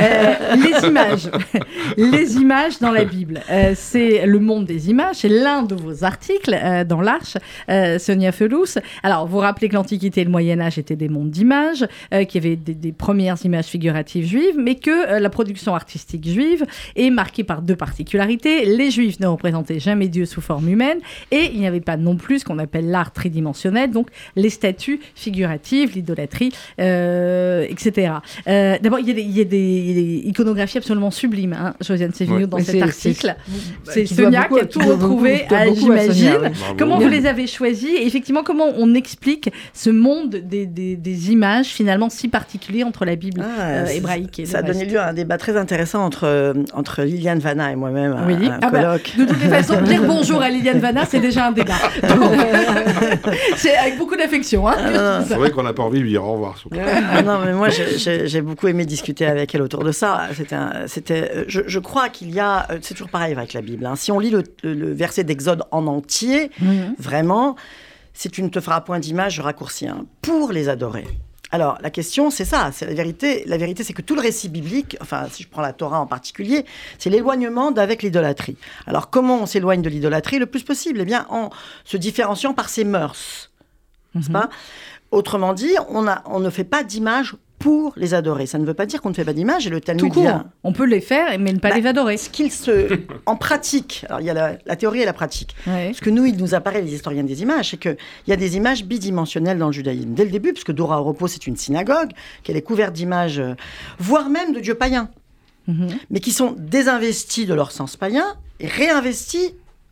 Speaker 3: Les images dans la Bible, c'est le monde des images, c'est l'un de vos articles dans l'Arche, Sonia Felous. Alors, vous rappelez que l'Antiquité et le Moyen-Âge étaient des mondes d'images, qu'il y avait des premières images figuratives juives, mais que la production artistique juive est marquée par 2 particularités. Les Juifs ne représentaient jamais Dieu sous forme humaine, et il n'y avait pas non plus ce qu'on appelle l'art tridimensionnel, donc les statues figuratives, l'idolâtrie, etc. D'abord, il y a des iconographies absolument sublimes, Josiane Sévigno, dans cet article. C'est Sonia qui a tout retrouvé, j'imagine. Comment vous les avez choisis et effectivement, comment on explique ce monde des images finalement si particulier entre la Bible hébraïque et le reste.
Speaker 7: Ça a donné lieu à un débat très intéressant entre Liliane Vanna et moi-même, un colloque.
Speaker 3: De toutes les façons, dire bonjour à Liliane Vanna, c'est déjà un débat. C'est avec beaucoup d'affection.
Speaker 6: C'est vrai qu'on n'a pas envie de lui dire au revoir.
Speaker 7: Non, mais moi, j'ai beaucoup aimé discuter avec elle autour de ça. Je crois qu'il y a... C'est toujours pareil avec la Bible. Si on lit le verset d'Exode en entier, vraiment, si tu ne te feras point d'image, je raccourcis, pour les adorer. Alors, la question, c'est ça, c'est la vérité. La vérité, c'est que tout le récit biblique, enfin, si je prends la Torah en particulier, c'est l'éloignement d'avec l'idolâtrie. Alors, comment on s'éloigne de l'idolâtrie le plus possible ? Eh bien, en se différenciant par ses mœurs, n'est-ce pas ? Autrement dit, on ne fait pas d'image pour les adorer. Ça ne veut pas dire qu'on ne fait pas d'image, et le Talmud vient...
Speaker 3: On peut les faire, mais ne pas les adorer.
Speaker 7: En pratique, alors il y a la théorie et la pratique. Ouais. Ce que il nous apparaît, les historiens des images, c'est qu'il y a des images bidimensionnelles dans le judaïsme. Dès le début, puisque Dora Europos, c'est une synagogue, qu'elle est couverte d'images, voire même de dieux païens, mais qui sont désinvestis de leur sens païen et réinvestis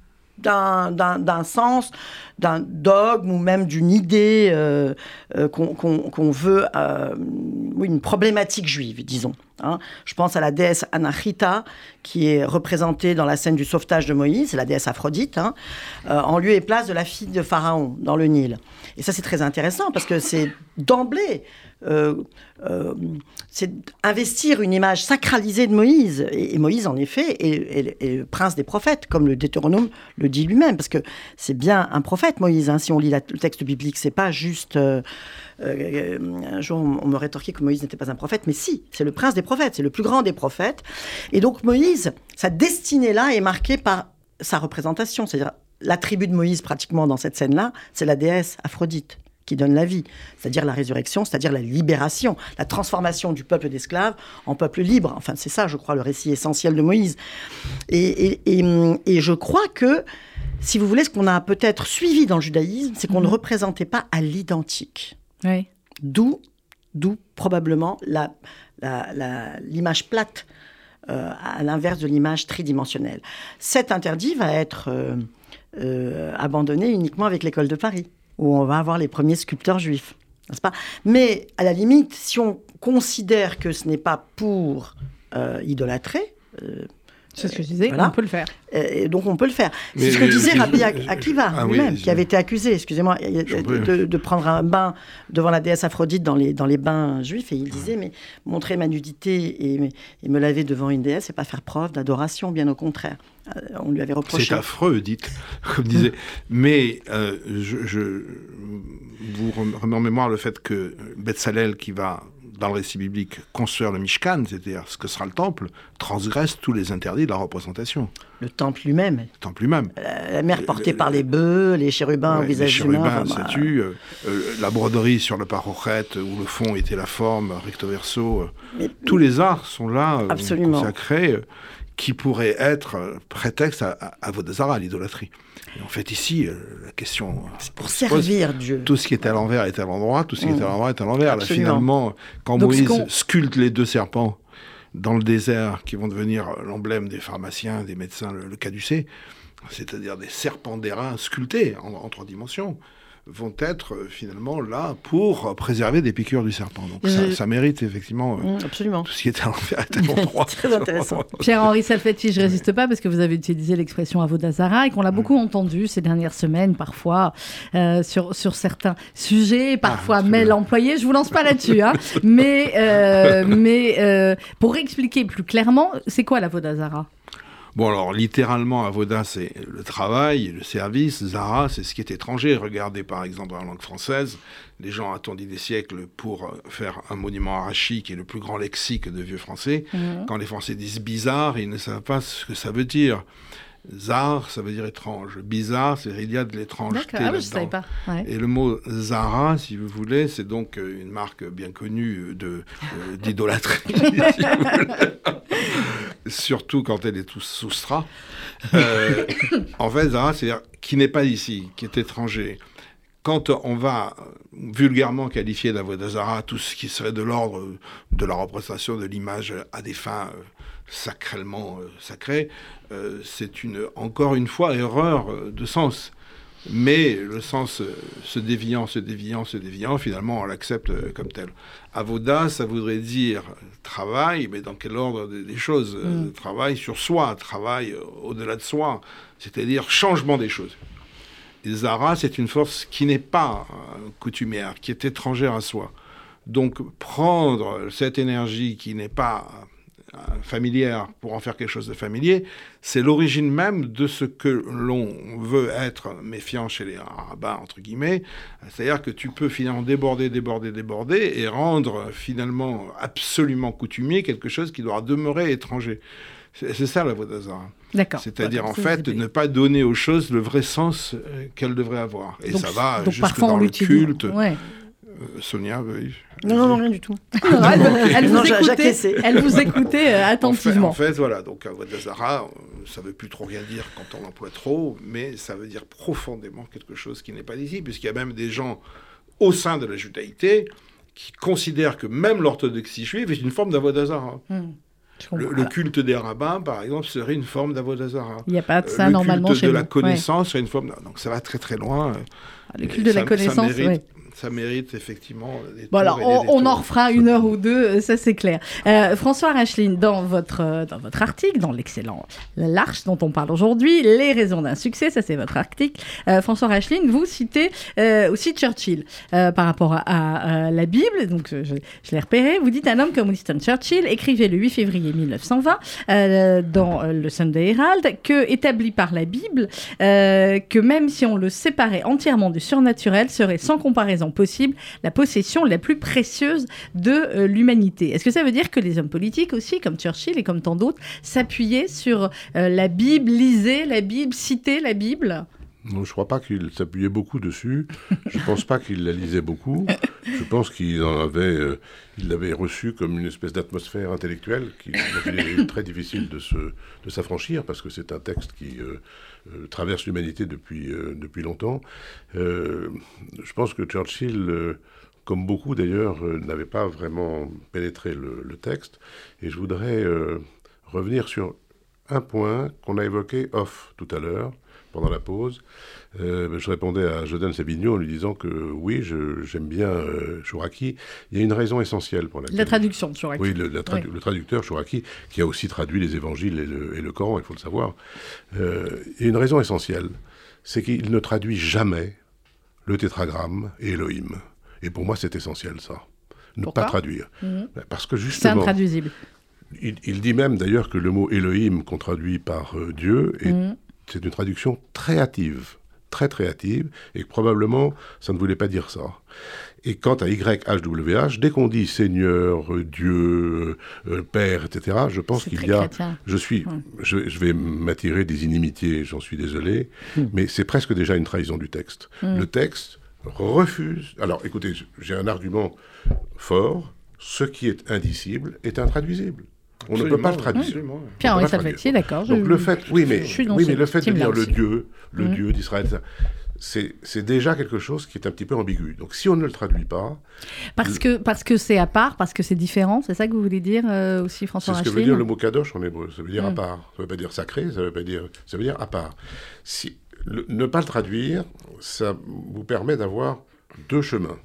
Speaker 7: d'un sens, d'un dogme ou même d'une idée qu'on veut, une problématique juive, disons. Je pense à la déesse Anahita, qui est représentée dans la scène du sauvetage de Moïse, c'est la déesse Aphrodite, en lieu et place de la fille de Pharaon dans le Nil. Et ça, c'est très intéressant parce que c'est d'emblée... c'est investir une image sacralisée de Moïse. Et Moïse, en effet, est le prince des prophètes, comme le Deutéronome le dit lui-même, parce que c'est bien un prophète, Moïse. Si on lit le texte biblique, c'est pas juste... un jour, on me rétorquait que Moïse n'était pas un prophète, mais si, c'est le prince des prophètes, c'est le plus grand des prophètes. Et donc Moïse, sa destinée-là est marquée par sa représentation, c'est-à-dire l'attribut de Moïse, pratiquement, dans cette scène-là, c'est la déesse Aphrodite, qui donne la vie, c'est-à-dire la résurrection, c'est-à-dire la libération, la transformation du peuple d'esclaves en peuple libre. Enfin, c'est ça, je crois, le récit essentiel de Moïse. Et je crois que, si vous voulez, ce qu'on a peut-être suivi dans le judaïsme, c'est qu'on ne représentait pas à l'identique.
Speaker 3: Oui.
Speaker 7: D'où probablement l'image plate, à l'inverse de l'image tridimensionnelle. Cet interdit va être abandonné uniquement avec l'école de Paris, où on va avoir les premiers sculpteurs juifs, n'est-ce pas ? Mais à la limite, si on considère que ce n'est pas pour idolâtrer,
Speaker 3: c'est ce que je disais,
Speaker 7: voilà.
Speaker 3: On peut le faire.
Speaker 7: Donc on peut le faire. C'est ce que disait Rabbi Akiva lui-même, qui avait été accusé, excusez-moi, de prendre un bain devant la déesse Aphrodite dans les bains juifs, et il disait, mais montrer ma nudité et me laver devant une déesse, c'est pas faire preuve d'adoration, bien au contraire. On lui avait reproché.
Speaker 6: C'est affreux, dites, comme disait. Mais je vous remets en mémoire le fait que Betzalel, qui va, dans le récit biblique, construire le Mishkan, c'est-à-dire ce que sera le temple, transgresse tous les interdits de la représentation.
Speaker 7: Le temple lui-même.
Speaker 6: Le temple lui-même.
Speaker 7: La mer portée par les bœufs, les chérubins au visage humain.
Speaker 6: Les chérubins, la broderie sur le parochet, où le fond était la forme, recto verso. Tous les arts sont là, consacrés, qui pourraient être prétexte à Avodah-Zarah, à l'idolâtrie. Et en fait, ici, la question...
Speaker 7: C'est pour servir Dieu.
Speaker 6: Tout ce qui est à l'envers est à l'endroit, tout ce qui est à l'endroit est à l'envers. Là, finalement, quand Moïse sculpte les 2 serpents dans le désert, qui vont devenir l'emblème des pharmaciens, des médecins, le caducée, c'est-à-dire des serpents d'airain sculptés en 3 dimensions, vont être finalement là pour préserver des piqûres du serpent. Donc ça mérite effectivement
Speaker 7: absolument.
Speaker 6: Tout ce qui est à l'envers est à l'endroit.
Speaker 7: Très intéressant.
Speaker 3: Pierre-Henri Salfetti, je ne résiste pas parce que vous avez utilisé l'expression Avodah-Zarah et qu'on l'a beaucoup entendu ces dernières semaines, parfois sur certains sujets, parfois mail employé. Je ne vous lance pas là-dessus. Hein. Mais pour expliquer plus clairement, c'est quoi l'Avodah-Zarah ?
Speaker 6: Bon, alors, littéralement, Avoda, c'est le travail, le service. Zara, c'est ce qui est étranger. Regardez, par exemple, dans la langue française, les gens ont attendu des siècles pour faire un monument arachique, qui est le plus grand lexique de vieux français. Quand les Français disent bizarre, ils ne savent pas ce que ça veut dire. Zar, ça veut dire étrange. Bizarre, c'est il y a de l'étrangeté là-dedans.
Speaker 3: Je savais pas. Ouais.
Speaker 6: Et le mot Zara, si vous voulez, c'est donc une marque bien connue d'idolâtrie. Si vous voulez. Surtout quand elle est tout soustrait. En fait, Zara, c'est-à-dire qui n'est pas ici, qui est étranger. Quand on va vulgairement qualifier d'Avodah-Zarah tout ce qui serait de l'ordre de la représentation de l'image à des fins sacrellement sacrées, c'est encore une fois erreur de sens. Mais le sens se déviant, finalement, on l'accepte comme tel. Avoda, ça voudrait dire travail, mais dans quel ordre des choses Travail sur soi, travail au-delà de soi, c'est-à-dire changement des choses. Et Zara, c'est une force qui n'est pas coutumière, qui est étrangère à soi. Donc, prendre cette énergie qui n'est pas familière pour en faire quelque chose de familier, c'est l'origine même de ce que l'on veut être méfiant chez les rabbins, entre guillemets. C'est-à-dire que tu peux finalement déborder et rendre finalement absolument coutumier quelque chose qui doit demeurer étranger. C'est ça l'Avodah-Zarah.
Speaker 3: D'accord.
Speaker 6: C'est-à-dire en fait ne pas donner aux choses le vrai sens qu'elles devraient avoir. Et donc, ça va jusque dans le culte.
Speaker 3: Ouais.
Speaker 6: Sonia, oui.
Speaker 7: Non, rien du tout.
Speaker 3: Elle vous écoutait attentivement.
Speaker 6: En fait, voilà. Donc, Avodah-Zarah, ça ne veut plus trop rien dire quand on l'emploie trop, mais ça veut dire profondément quelque chose qui n'est pas ici, puisqu'il y a même des gens au sein de la judaïté qui considèrent que même l'orthodoxie juive est une forme d'Avodah-Zarah. Le culte des rabbins, par exemple, serait une forme d'Avodah-Zarah.
Speaker 3: Il n'y a pas de ça normalement chez nous.
Speaker 6: Le culte de la connaissance serait une forme... Donc ça va très très loin.
Speaker 3: Le culte de la connaissance, oui.
Speaker 6: Ça mérite effectivement...
Speaker 3: Bon alors, on en refera 1 heure ou 2, ça c'est clair. François Rachline, dans votre article, dans l'excellent L'Arche dont on parle aujourd'hui, Les raisons d'un succès, ça c'est votre article. François Rachline, vous citez aussi Churchill par rapport à la Bible, donc je l'ai repéré. Vous dites: un homme comme Winston Churchill écrivait le 8 février 1920 dans le Sunday Herald que, établi par la Bible, que même si on le séparait entièrement du surnaturel, serait sans comparaison possible la possession la plus précieuse de l'humanité. Est-ce que ça veut dire que les hommes politiques aussi, comme Churchill et comme tant d'autres, s'appuyaient sur la Bible, lisaient la Bible, citaient la Bible ?
Speaker 5: Non, je ne crois pas qu'il s'appuyait beaucoup dessus. Je ne pense pas qu'il la lisait beaucoup. Je pense qu'il il l'avait reçu comme une espèce d'atmosphère intellectuelle dont il est très difficile de s'affranchir, parce que c'est un texte qui traverse l'humanité depuis longtemps. Je pense que Churchill, comme beaucoup d'ailleurs, n'avait pas vraiment pénétré le texte. Et je voudrais revenir sur un point qu'on a évoqué tout à l'heure, pendant la pause. Je répondais à Jodin Savigno en lui disant que oui, j'aime bien Chouraqui. Il y a une raison essentielle pour laquelle...
Speaker 3: La traduction de Chouraqui.
Speaker 5: Oui, le traducteur Chouraqui, qui a aussi traduit les évangiles et le Coran, il faut le savoir. Il y a une raison essentielle, c'est qu'il ne traduit jamais le tétragramme et Elohim. Et pour moi, c'est essentiel, ça. Ne pas traduire. Parce que justement...
Speaker 3: C'est intraduisible.
Speaker 5: Il dit même d'ailleurs que le mot Elohim qu'on traduit par Dieu c'est une traduction très hâtive, et que probablement ça ne voulait pas dire ça. Et quant à YHWH, dès qu'on dit Seigneur, Dieu, Père, etc., je pense qu'il y a... Je vais m'attirer des inimitiés, j'en suis désolé, mais c'est presque déjà une trahison du texte. Le texte refuse... Alors écoutez, j'ai un argument fort, ce qui est indicible est intraduisible. On ne peut pas le traduire.
Speaker 3: Pierre-Henri Salvati, d'accord.
Speaker 5: Donc le fait, mais le fait de dire le Dieu d'Israël, c'est déjà quelque chose qui est un petit peu ambigu. Donc si on ne le traduit pas...
Speaker 3: Parce que c'est à part, parce que c'est différent, c'est ça que vous voulez dire aussi, François Racheline ?
Speaker 5: C'est ce que veut dire le mot kadosh en hébreu, ça veut dire à part. Ça ne veut pas dire sacré, ça veut dire à part. Ne pas le traduire, ça vous permet d'avoir deux chemins.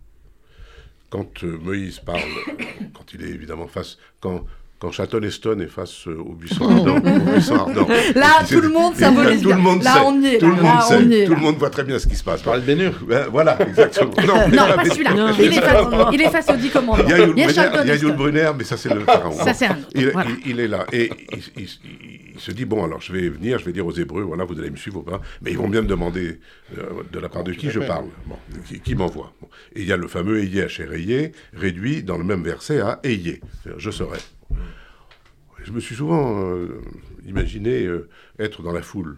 Speaker 5: Quand Moïse parle, quand il est évidemment face... Quand Charlton Heston est face au buisson ardent.
Speaker 3: Là, tout le monde symbolise bien. Là, on y est.
Speaker 5: Tout le monde voit très bien ce qui se passe.
Speaker 6: Parle Bénur.
Speaker 5: Voilà, exactement.
Speaker 3: Non, pas celui-là. Il est face aux 10 commandements.
Speaker 5: Il y a Yul Brunner, mais ça, c'est le pharaon.
Speaker 3: Ça, c'est un autre.
Speaker 5: Il est là. Et il se dit, bon, alors, je vais venir, je vais dire aux Hébreux, voilà, vous allez me suivre ou pas. Mais ils vont bien me demander de la part de qui je parle. Bon, qui m'envoie. Bon. Et il y a le fameux Eyé Asher Eyé, réduit dans le même verset à Eyé. Je serai. Je me suis souvent imaginé être dans la foule.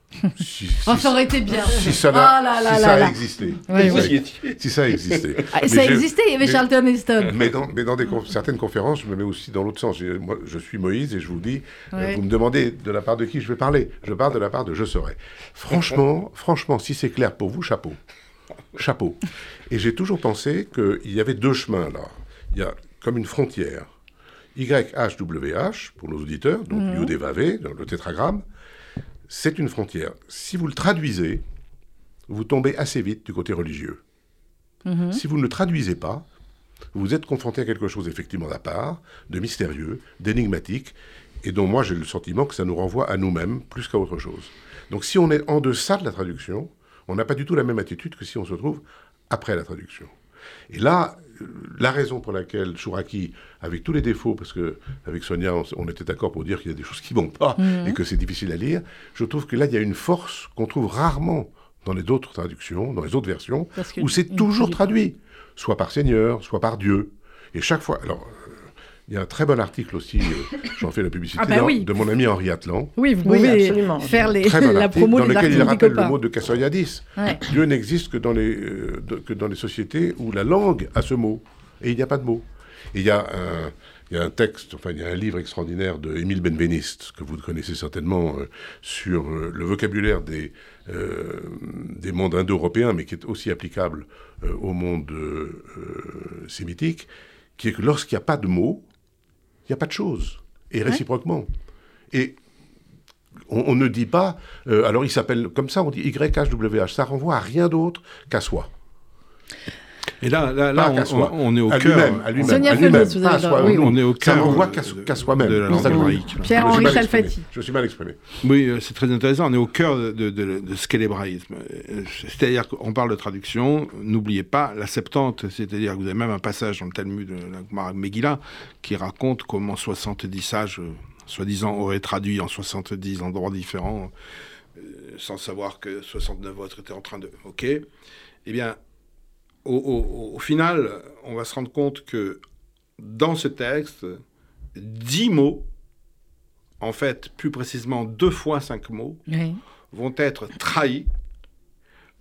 Speaker 3: Ça aurait été bien.
Speaker 5: Si ça a existé. Si ça a existé.
Speaker 3: Ça a existé, il y avait Charlton Heston.
Speaker 5: Mais dans certaines conférences, je me mets aussi dans l'autre sens. Moi, je suis Moïse et je vous dis, vous me demandez de la part de qui je vais parler. Je parle de la part de je serai. Franchement, si c'est clair pour vous, chapeau. Chapeau. Et j'ai toujours pensé qu'il y avait deux chemins là. Il y a comme une frontière. YHWH, pour nos auditeurs, donc Yudé-Vavé, le tétragramme, c'est une frontière. Si vous le traduisez, vous tombez assez vite du côté religieux. Si vous ne le traduisez pas, vous êtes confronté à quelque chose effectivement d'à part, de mystérieux, d'énigmatique, et dont moi j'ai le sentiment que ça nous renvoie à nous-mêmes plus qu'à autre chose. Donc si on est en deçà de la traduction, on n'a pas du tout la même attitude que si on se trouve après la traduction. Et là, la raison pour laquelle Chouraqui, avec tous les défauts, parce qu'avec Sonia, on était d'accord pour dire qu'il y a des choses qui ne vont pas et que c'est difficile à lire, je trouve que là, il y a une force qu'on trouve rarement dans les autres traductions, dans les autres versions, où c'est toujours traduit, soit par Seigneur, soit par Dieu. Et chaque fois... Alors, il y a un très bon article aussi, j'en fais la publicité, de mon ami Henri Atlan.
Speaker 3: Oui, vous pouvez faire la promo
Speaker 5: dans
Speaker 3: des
Speaker 5: lequel il
Speaker 3: articles
Speaker 5: rappelle
Speaker 3: du copain.
Speaker 5: le mot de Castoriadis. Dieu n'existe que dans les sociétés où la langue a ce mot. Et il n'y a pas de mot. Et il y a un texte, il y a un livre extraordinaire de Émile Benveniste, que vous connaissez certainement, sur le vocabulaire des mondes indo-européens, mais qui est aussi applicable au monde sémitique, qui est que lorsqu'il n'y a pas de mots, il n'y a pas de chose. Et réciproquement. Et on ne dit pas... alors il s'appelle comme ça, on dit YHWH. Ça renvoie à rien d'autre qu'à soi.
Speaker 6: Et là on est au cœur...
Speaker 5: À lui-même.
Speaker 6: On est au cœur...
Speaker 5: Ça renvoie qu'à soi-même.
Speaker 6: De la langue hébraïque.
Speaker 3: Pierre-Henri Salvati.
Speaker 5: Je suis mal exprimé.
Speaker 6: Oui, c'est très intéressant. On est au cœur de ce qu'est l'hébraïsme. C'est-à-dire qu'on parle de traduction, n'oubliez pas la Septante, c'est-à-dire que vous avez même un passage dans le Talmud de la Gemara Megillah qui raconte comment 70 sages, soi-disant, auraient traduit en 70 endroits différents, sans savoir que 69 autres étaient en train de... OK. Eh bien, au final, on va se rendre compte que dans ce texte, 10 mots, en fait, plus précisément 2 fois 5 mots, vont être trahis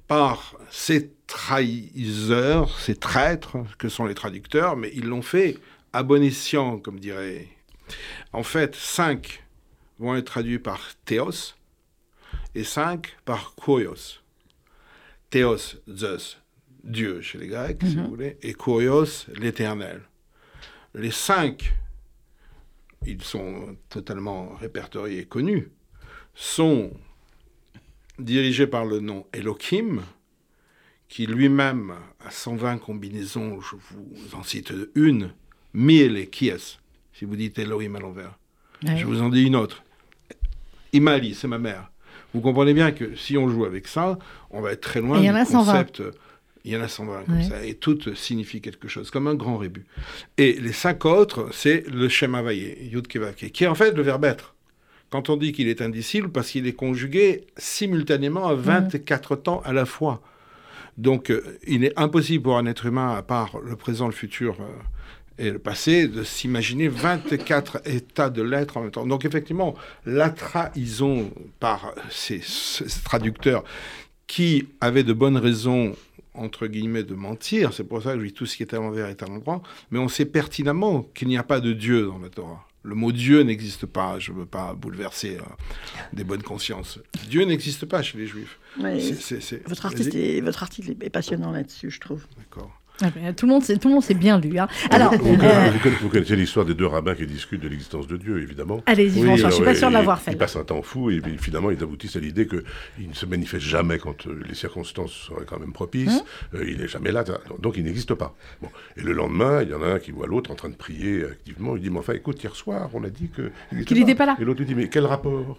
Speaker 6: par ces trahisseurs, ces traîtres que sont les traducteurs, mais ils l'ont fait à bon escient, comme dirait. En fait, 5 vont être traduits par théos et 5 par kurios. Théos, Zeus, Dieu chez les Grecs, si vous voulez, et kurios, l'éternel. Les 5, ils sont totalement répertoriés et connus, sont dirigés par le nom Elohim, qui lui-même a 120 combinaisons, je vous en cite une, Miel et Kies, si vous dites Elohim à l'envers.
Speaker 3: Ouais.
Speaker 6: Je vous en dis une autre. Imali, c'est ma mère. Vous comprenez bien que si on joue avec ça, on va être très loin du concept. Il y en a 120 comme ça, et toutes signifient quelque chose, comme un grand rébut. Et les 5 autres, c'est le Shem Havayé, Yud Kei Vav Kei, qui est en fait le verbe être. Quand on dit qu'il est indicible, parce qu'il est conjugué simultanément à 24 temps à la fois. Donc, il est impossible pour un être humain, à part le présent, le futur et le passé, de s'imaginer 24 états de l'être en même temps. Donc, effectivement, la trahison par ces traducteurs qui avaient de bonnes raisons, entre guillemets, de mentir, c'est pour ça que je dis tout ce qui est à l'envers est à l'endroit, mais on sait pertinemment qu'il n'y a pas de Dieu dans la Torah. Le mot Dieu n'existe pas, je ne veux pas bouleverser des bonnes consciences. Dieu n'existe pas chez les Juifs.
Speaker 7: Ouais, votre article est passionnant là-dessus, je trouve.
Speaker 6: D'accord.
Speaker 3: Ah ben, tout le monde s'est bien lu. Hein. Alors,
Speaker 5: vous connaissez l'histoire des 2 rabbins qui discutent de l'existence de Dieu, évidemment.
Speaker 3: Allez-y, François, je ne suis pas sûr de l'avoir fait.
Speaker 5: Ils passent un temps fou et puis, finalement ils aboutissent à l'idée qu'il ne se manifeste jamais quand les circonstances seraient quand même propices. Il n'est jamais là, donc il n'existe pas. Bon. Et le lendemain, il y en a un qui voit l'autre en train de prier activement. Il dit, mais enfin, écoute, hier soir, on a dit
Speaker 3: qu'il n'était pas là.
Speaker 5: Et l'autre lui dit, mais quel rapport?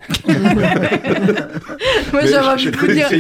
Speaker 3: Moi, j'aurais envie de vous dire...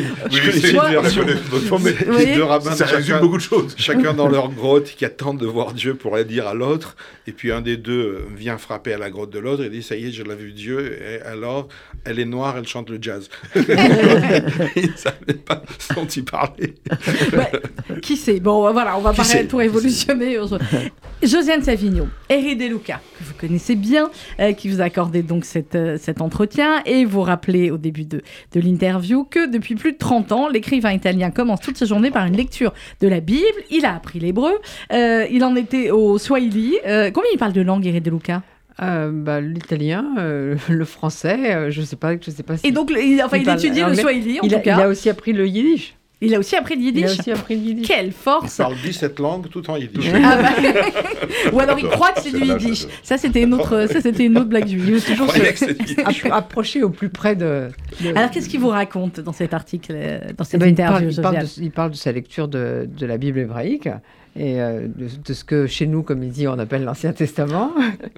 Speaker 6: Les 2 rabbins,
Speaker 5: ça résume beaucoup de choses.
Speaker 6: Chacun dans leur grotte, qui attendent de voir Dieu pour aller dire à l'autre, et puis un des deux vient frapper à la grotte de l'autre et dit, ça y est, je l'ai vu Dieu, et alors, elle est noire, elle chante le jazz. Ils ne savaient pas ce dont il parlait.
Speaker 3: Qui sait? Bon, voilà, on va pas tout révolutionner. Josiane Savigno, Eri De Luca, que vous connaissez bien, qui vous a accordé donc cet entretien, et vous rappelez au début de l'interview que depuis plus de 30 ans, l'écrivain italien commence toute sa journée par une lecture de la Bible. Il a appris l'hébreu, il en était au Swahili. Combien il parle de langue, Eri De Luca?
Speaker 4: L'italien, le français, je sais pas si...
Speaker 3: Et donc, il étudie le Swahili, en tout cas.
Speaker 4: Il a aussi appris le yiddish.
Speaker 3: Il a aussi appris le yiddish. Quelle force!
Speaker 6: Il parle 17 langues tout en yiddish.
Speaker 3: Ou alors il croit que c'est du yiddish. Ça, c'était une autre blague juive.
Speaker 4: Il veut toujours approcher au plus près de...
Speaker 3: Alors, qu'est-ce qu'il vous raconte dans cet article, dans cette interview,
Speaker 4: il parle de sa lecture de la Bible hébraïque et de ce que chez nous, comme il dit, on appelle l'Ancien Testament.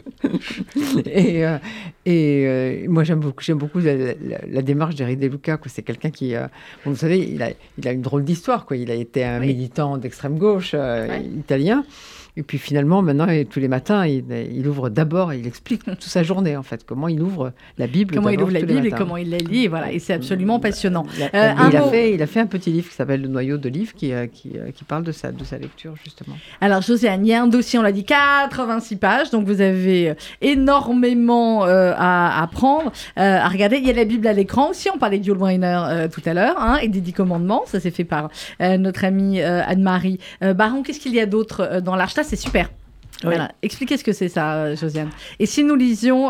Speaker 4: et moi, j'aime beaucoup la démarche d'Eri De Luca. C'est quelqu'un qui, vous savez, il a une drôle d'histoire. Il a été un militant d'extrême gauche italien. Et puis finalement, maintenant, tous les matins, il ouvre d'abord, il explique toute sa journée, en fait, comment il ouvre la Bible.
Speaker 3: Comment il ouvre la Bible et comment il la lit, voilà, et c'est absolument passionnant.
Speaker 4: Il a fait un petit livre qui s'appelle Le Noyau de livre, qui parle de sa lecture, justement.
Speaker 3: Alors, Josiane, il y a un dossier, on l'a dit, 86 pages, donc vous avez énormément à apprendre, à regarder. Il y a la Bible à l'écran aussi, on parlait de Yul Brynner tout à l'heure, et des 10 commandements, ça s'est fait par notre amie Anne-Marie Baron. Qu'est-ce qu'il y a d'autre dans l'Arche? C'est super. Voilà. Expliquez ce que c'est ça, Josiane. Et si nous lisions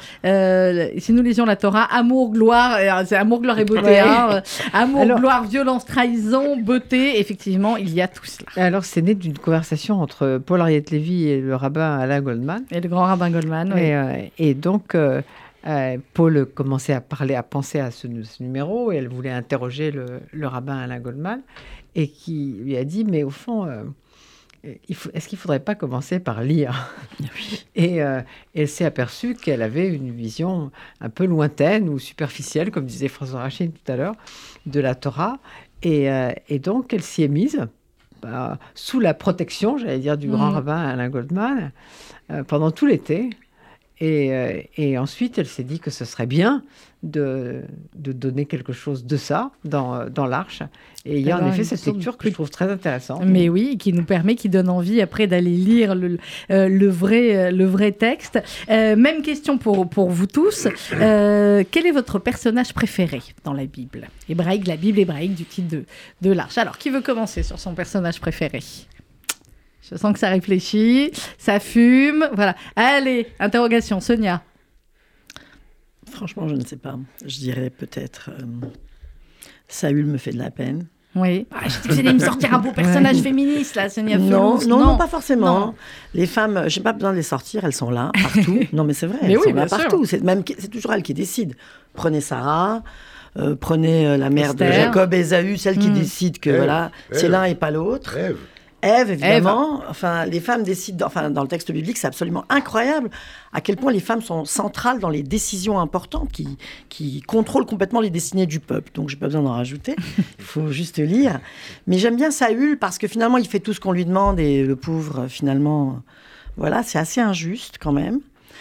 Speaker 3: la Torah, amour, gloire, c'est amour, gloire et beauté. Amour, gloire, violence, trahison, beauté. Effectivement, il y a tout cela.
Speaker 4: Alors, c'est né d'une conversation entre Paul Henriette-Lévy et le rabbin Alain Goldman.
Speaker 3: Et le grand rabbin Goldman.
Speaker 4: Et donc, Paul commençait à penser à ce numéro, et elle voulait interroger le rabbin Alain Goldman, et qui lui a dit, mais au fond... est-ce qu'il ne faudrait pas commencer par lire? Et elle s'est aperçue qu'elle avait une vision un peu lointaine ou superficielle, comme disait François Rachid tout à l'heure, de la Torah. Et donc, elle s'y est mise, sous la protection, j'allais dire, du grand rabbin Alain Goldman, pendant tout l'été. Et ensuite, elle s'est dit que ce serait bien de donner quelque chose de ça dans l'Arche. Et il y a en effet cette lecture que je trouve très intéressante.
Speaker 3: Mais oui, qui donne envie après d'aller lire le vrai texte. Même question pour vous tous. Quel est votre personnage préféré dans la Bible hébraïque, la Bible hébraïque du titre de l'Arche? Alors, qui veut commencer sur son personnage préféré? Je sens que ça réfléchit, ça fume. Voilà. Allez, interrogation, Sonia.
Speaker 7: Franchement, je ne sais pas. Je dirais peut-être Saül me fait de la peine.
Speaker 3: Oui. J'ai dit que vous allez me sortir un beau personnage féministe, là, Sonia.
Speaker 7: Non, pas forcément. Non. Les femmes, j'ai pas besoin de les sortir, elles sont là, partout. Non, mais c'est vrai, elles sont là partout. C'est toujours elle qui décide. Prenez Sarah, prenez la mère
Speaker 3: Esther.
Speaker 7: de Jacob et Ésaü, celle qui décide que c'est l'un et pas l'autre. Ève, évidemment. Enfin, les femmes décident. Enfin, dans le texte biblique, c'est absolument incroyable à quel point les femmes sont centrales dans les décisions importantes qui contrôlent complètement les destinées du peuple. Donc, j'ai pas besoin d'en rajouter. Il faut juste lire. Mais j'aime bien Saül parce que finalement, il fait tout ce qu'on lui demande et le pauvre, finalement, voilà, c'est assez injuste quand même.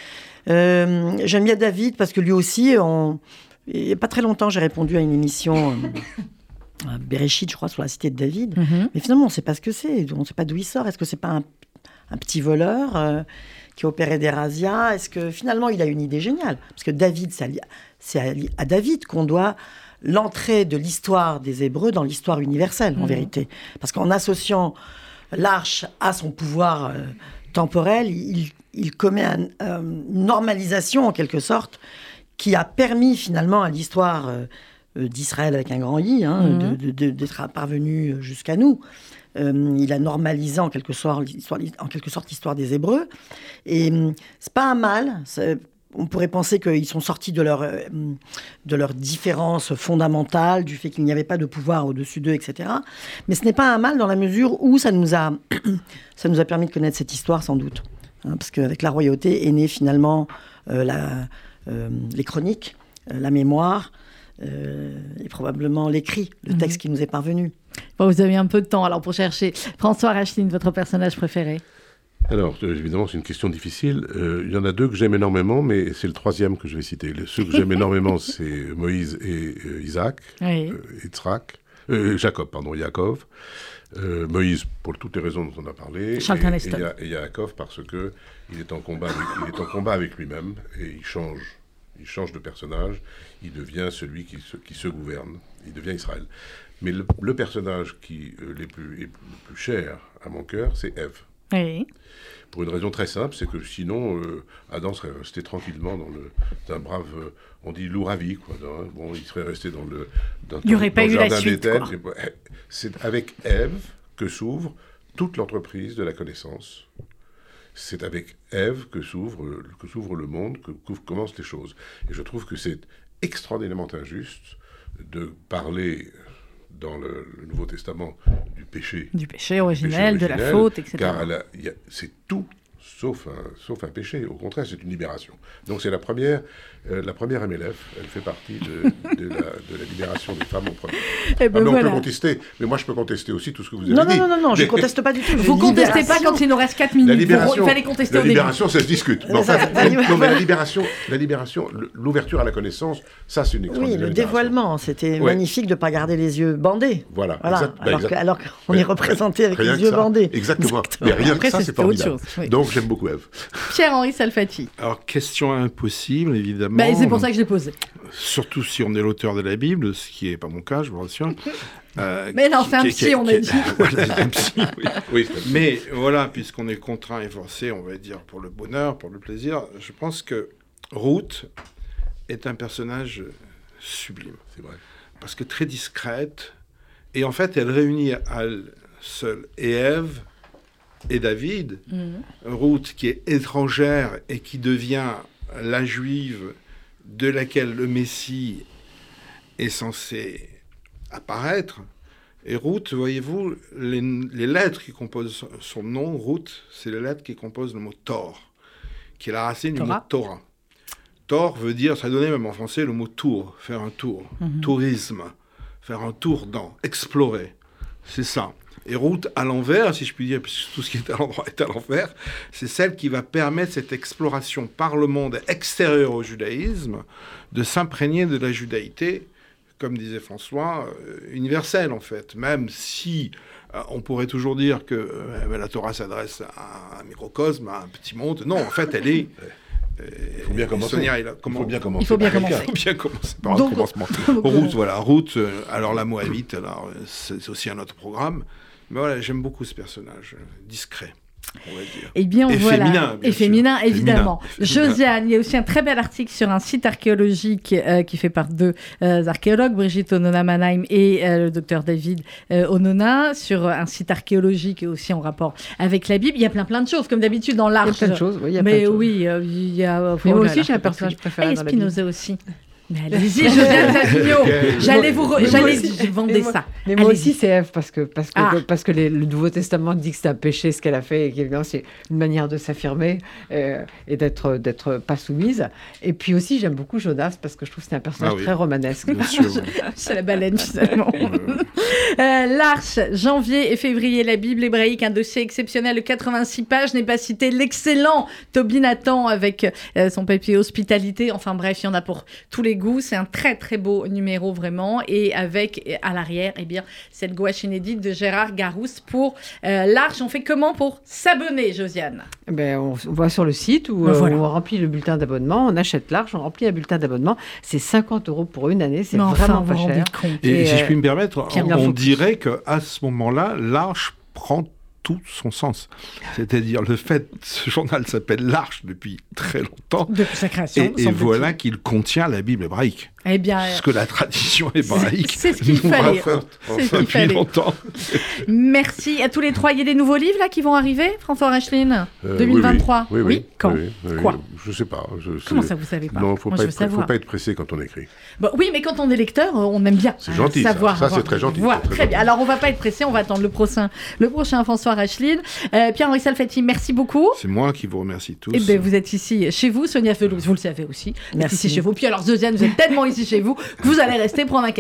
Speaker 7: J'aime bien David parce que lui aussi, il n'y a pas très longtemps, j'ai répondu à une émission. Bereshit, je crois, sur la cité de David. Mais finalement, on ne sait pas ce que c'est. On ne sait pas d'où il sort. Est-ce que c'est pas un petit voleur qui opérait des razzias? Est-ce que finalement, il a une idée géniale? Parce que David, c'est à David qu'on doit l'entrée de l'histoire des Hébreux dans l'histoire universelle, en vérité. Parce qu'en associant l'arche à son pouvoir temporel, il commet une normalisation, en quelque sorte, qui a permis finalement à l'histoire d'Israël avec un grand I, d'être parvenu jusqu'à nous. Il a normalisé en quelque sorte l'histoire des Hébreux. Et c'est pas un mal. On pourrait penser qu'ils sont sortis de leur différence fondamentale, du fait qu'il n'y avait pas de pouvoir au-dessus d'eux, etc. Mais ce n'est pas un mal dans la mesure où ça nous a permis de connaître cette histoire, sans doute. Parce qu'avec la royauté est née finalement les chroniques, la mémoire, et probablement l'écrit, le texte qui nous est parvenu.
Speaker 3: Bon, vous avez un peu de temps alors pour chercher. François Rachline, votre personnage préféré?
Speaker 5: Alors, évidemment, c'est une question difficile. Il y en a deux que j'aime énormément, mais c'est le troisième que je vais citer. Ceux que j'aime énormément, c'est Moïse et Isaac, Yaakov. Moïse, pour toutes les raisons dont on a parlé. Et Yaakov, parce qu'il est en combat avec lui-même, et il change de personnage, il devient celui qui se gouverne, il devient Israël. Mais le personnage qui est le plus cher à mon cœur, c'est Ève.
Speaker 3: Oui.
Speaker 5: Pour une raison très simple, c'est que sinon, Adam serait resté tranquillement dans un brave, on dit loup ravi, quoi. Il serait resté dans le
Speaker 3: il n'y aurait pas eu la suite,
Speaker 5: quoi. C'est avec Ève que s'ouvre toute l'entreprise de la connaissance. C'est avec Ève que s'ouvre le monde, que commencent les choses. Et je trouve que c'est extraordinairement injuste de parler dans le Nouveau Testament du péché.
Speaker 3: Du péché originel, de la faute, etc.
Speaker 5: Car c'est tout sauf un péché. Au contraire, c'est une libération. Donc c'est la première MLF. Elle fait partie de la libération des femmes en premier. On peut contester, mais moi je peux contester aussi tout ce que vous avez dit.
Speaker 7: Non, je ne conteste pas du tout.
Speaker 3: Vous ne contestez pas quand il nous reste 4 minutes. Il fallait contester au début.
Speaker 5: La libération, ça se discute. Mais la libération, l'ouverture à la connaissance, ça c'est une extraordinaire
Speaker 7: libération. Oui, le dévoilement, c'était magnifique de ne pas garder les yeux bandés.
Speaker 5: Voilà.
Speaker 7: Alors qu'on est représenté avec les yeux bandés.
Speaker 5: Exactement. Mais rien que ça, c'est formidable. Donc j'aime beaucoup Ève.
Speaker 3: Pierre-Henri Salfati.
Speaker 6: Alors, question impossible, évidemment.
Speaker 3: C'est pour ça que je l'ai posé.
Speaker 6: Surtout si on est l'auteur de la Bible, ce qui n'est pas mon cas, je vous rassure.
Speaker 3: Mais non, c'est un psy, on a dit.
Speaker 6: Voilà, c'est un psy, oui. Mais voilà, puisqu'on est contraint et forcé, on va dire, pour le bonheur, pour le plaisir, je pense que Ruth est un personnage sublime.
Speaker 5: C'est vrai.
Speaker 6: Parce que très discrète. Et en fait, elle réunit à elle seule et Ève et David, Ruth qui est étrangère et qui devient la juive de laquelle le Messie est censé apparaître. Et Ruth, voyez-vous, les lettres qui composent son nom, Ruth, c'est les lettres qui composent le mot Thor, qui est la racine du mot Torah. Thor veut dire, ça donnait même en français le mot tour, faire un tour, tourisme, faire un tour dans, explorer, c'est ça. Et Ruth à l'envers, si je puis dire, puisque tout ce qui est à l'endroit est à l'envers, c'est celle qui va permettre cette exploration par le monde extérieur au judaïsme, de s'imprégner de la judaïté, comme disait François, universelle en fait. Même si on pourrait toujours dire que la Torah s'adresse à un microcosme, à un petit monde. Non, en fait, elle est...
Speaker 5: Il faut bien commencer.
Speaker 6: Sonia,
Speaker 5: il faut bien commencer.
Speaker 3: Il faut bien commencer.
Speaker 6: Il faut bien commencer par un commencement. Ruth, alors la Moabite, alors, c'est aussi un autre programme. Mais voilà, j'aime beaucoup ce personnage, discret. On va dire.
Speaker 3: Eh bien,
Speaker 6: et
Speaker 3: voilà.
Speaker 6: Féminin,
Speaker 3: et féminin, évidemment.
Speaker 6: Féminin.
Speaker 3: Josiane, il y a aussi un très bel article sur un site archéologique qui fait par deux archéologues, Brigitte Onona-Mannheim et le docteur David Onona, sur un site archéologique aussi en rapport avec la Bible. Il y a plein de choses, comme d'habitude dans l'Arche.
Speaker 4: Il y a plein de choses, oui.
Speaker 3: Mais oui, il y a...
Speaker 4: Mais moi aussi, j'ai un personnage préféré
Speaker 3: Et
Speaker 4: dans la Bible.
Speaker 3: Spinoza aussi. Mais allez-y, Josiane Savigno, j'allais vendre ça.
Speaker 4: Mais moi
Speaker 3: Allez-y.
Speaker 4: aussi, c'est Ève, parce que le Nouveau Testament dit que c'est un péché ce qu'elle a fait, et qu'évidemment, c'est une manière de s'affirmer et d'être pas soumise. Et puis aussi, j'aime beaucoup Jonas, parce que je trouve que c'est un personnage très romanesque.
Speaker 6: Bien sûr, oui.
Speaker 3: C'est la baleine, finalement. L'Arche, janvier et février, la Bible hébraïque, un dossier exceptionnel de 86 pages. Je n'ai pas cité l'excellent Toby Nathan avec son papier hospitalité. Enfin bref, il y en a pour tous les goûts. C'est un très très beau numéro vraiment. Et avec à l'arrière, eh bien, cette gouache inédite de Gérard Garousse pour l'Arche. On fait comment pour s'abonner, Josiane ?
Speaker 4: On va sur le site où on remplit le bulletin d'abonnement, on achète l'Arche, on remplit un bulletin d'abonnement. C'est 50 € pour une année, c'est vraiment pas cher.
Speaker 6: Et si je puis me permettre, on dirait qu'à ce moment-là, l'Arche prend tout son sens. C'est-à-dire le fait, ce journal s'appelle l'Arche depuis très longtemps.
Speaker 3: Depuis sa création.
Speaker 6: Et voilà qu'il contient la Bible hébraïque.
Speaker 3: Eh bien,
Speaker 6: ce que la tradition hébraïque
Speaker 3: c'est ce qu'il fallait.
Speaker 6: Depuis longtemps.
Speaker 3: Merci à tous les trois. Il y a des nouveaux livres là qui vont arriver, François Racheline, 2023.
Speaker 5: Oui.
Speaker 3: Quand Quoi
Speaker 5: Je sais pas.
Speaker 3: Comment ça, vous savez pas?
Speaker 5: Non, faut pas être pressé quand on écrit.
Speaker 3: Bon, oui, mais quand on est lecteur, on aime bien.
Speaker 5: C'est gentil.
Speaker 3: Savoir.
Speaker 5: Ça c'est très gentil.
Speaker 3: Voilà, très bien. Alors on va pas être pressé, on va attendre le prochain François Racheline. Pierre-Henri Salfati, merci beaucoup.
Speaker 6: C'est moi qui vous remercie tous.
Speaker 3: Eh ben, vous êtes ici chez vous, Sonia Felouz, vous le savez aussi.
Speaker 7: Merci.
Speaker 3: Ici chez vous. Puis alors Josiane, vous êtes tellement ici chez vous que vous allez rester prendre un café.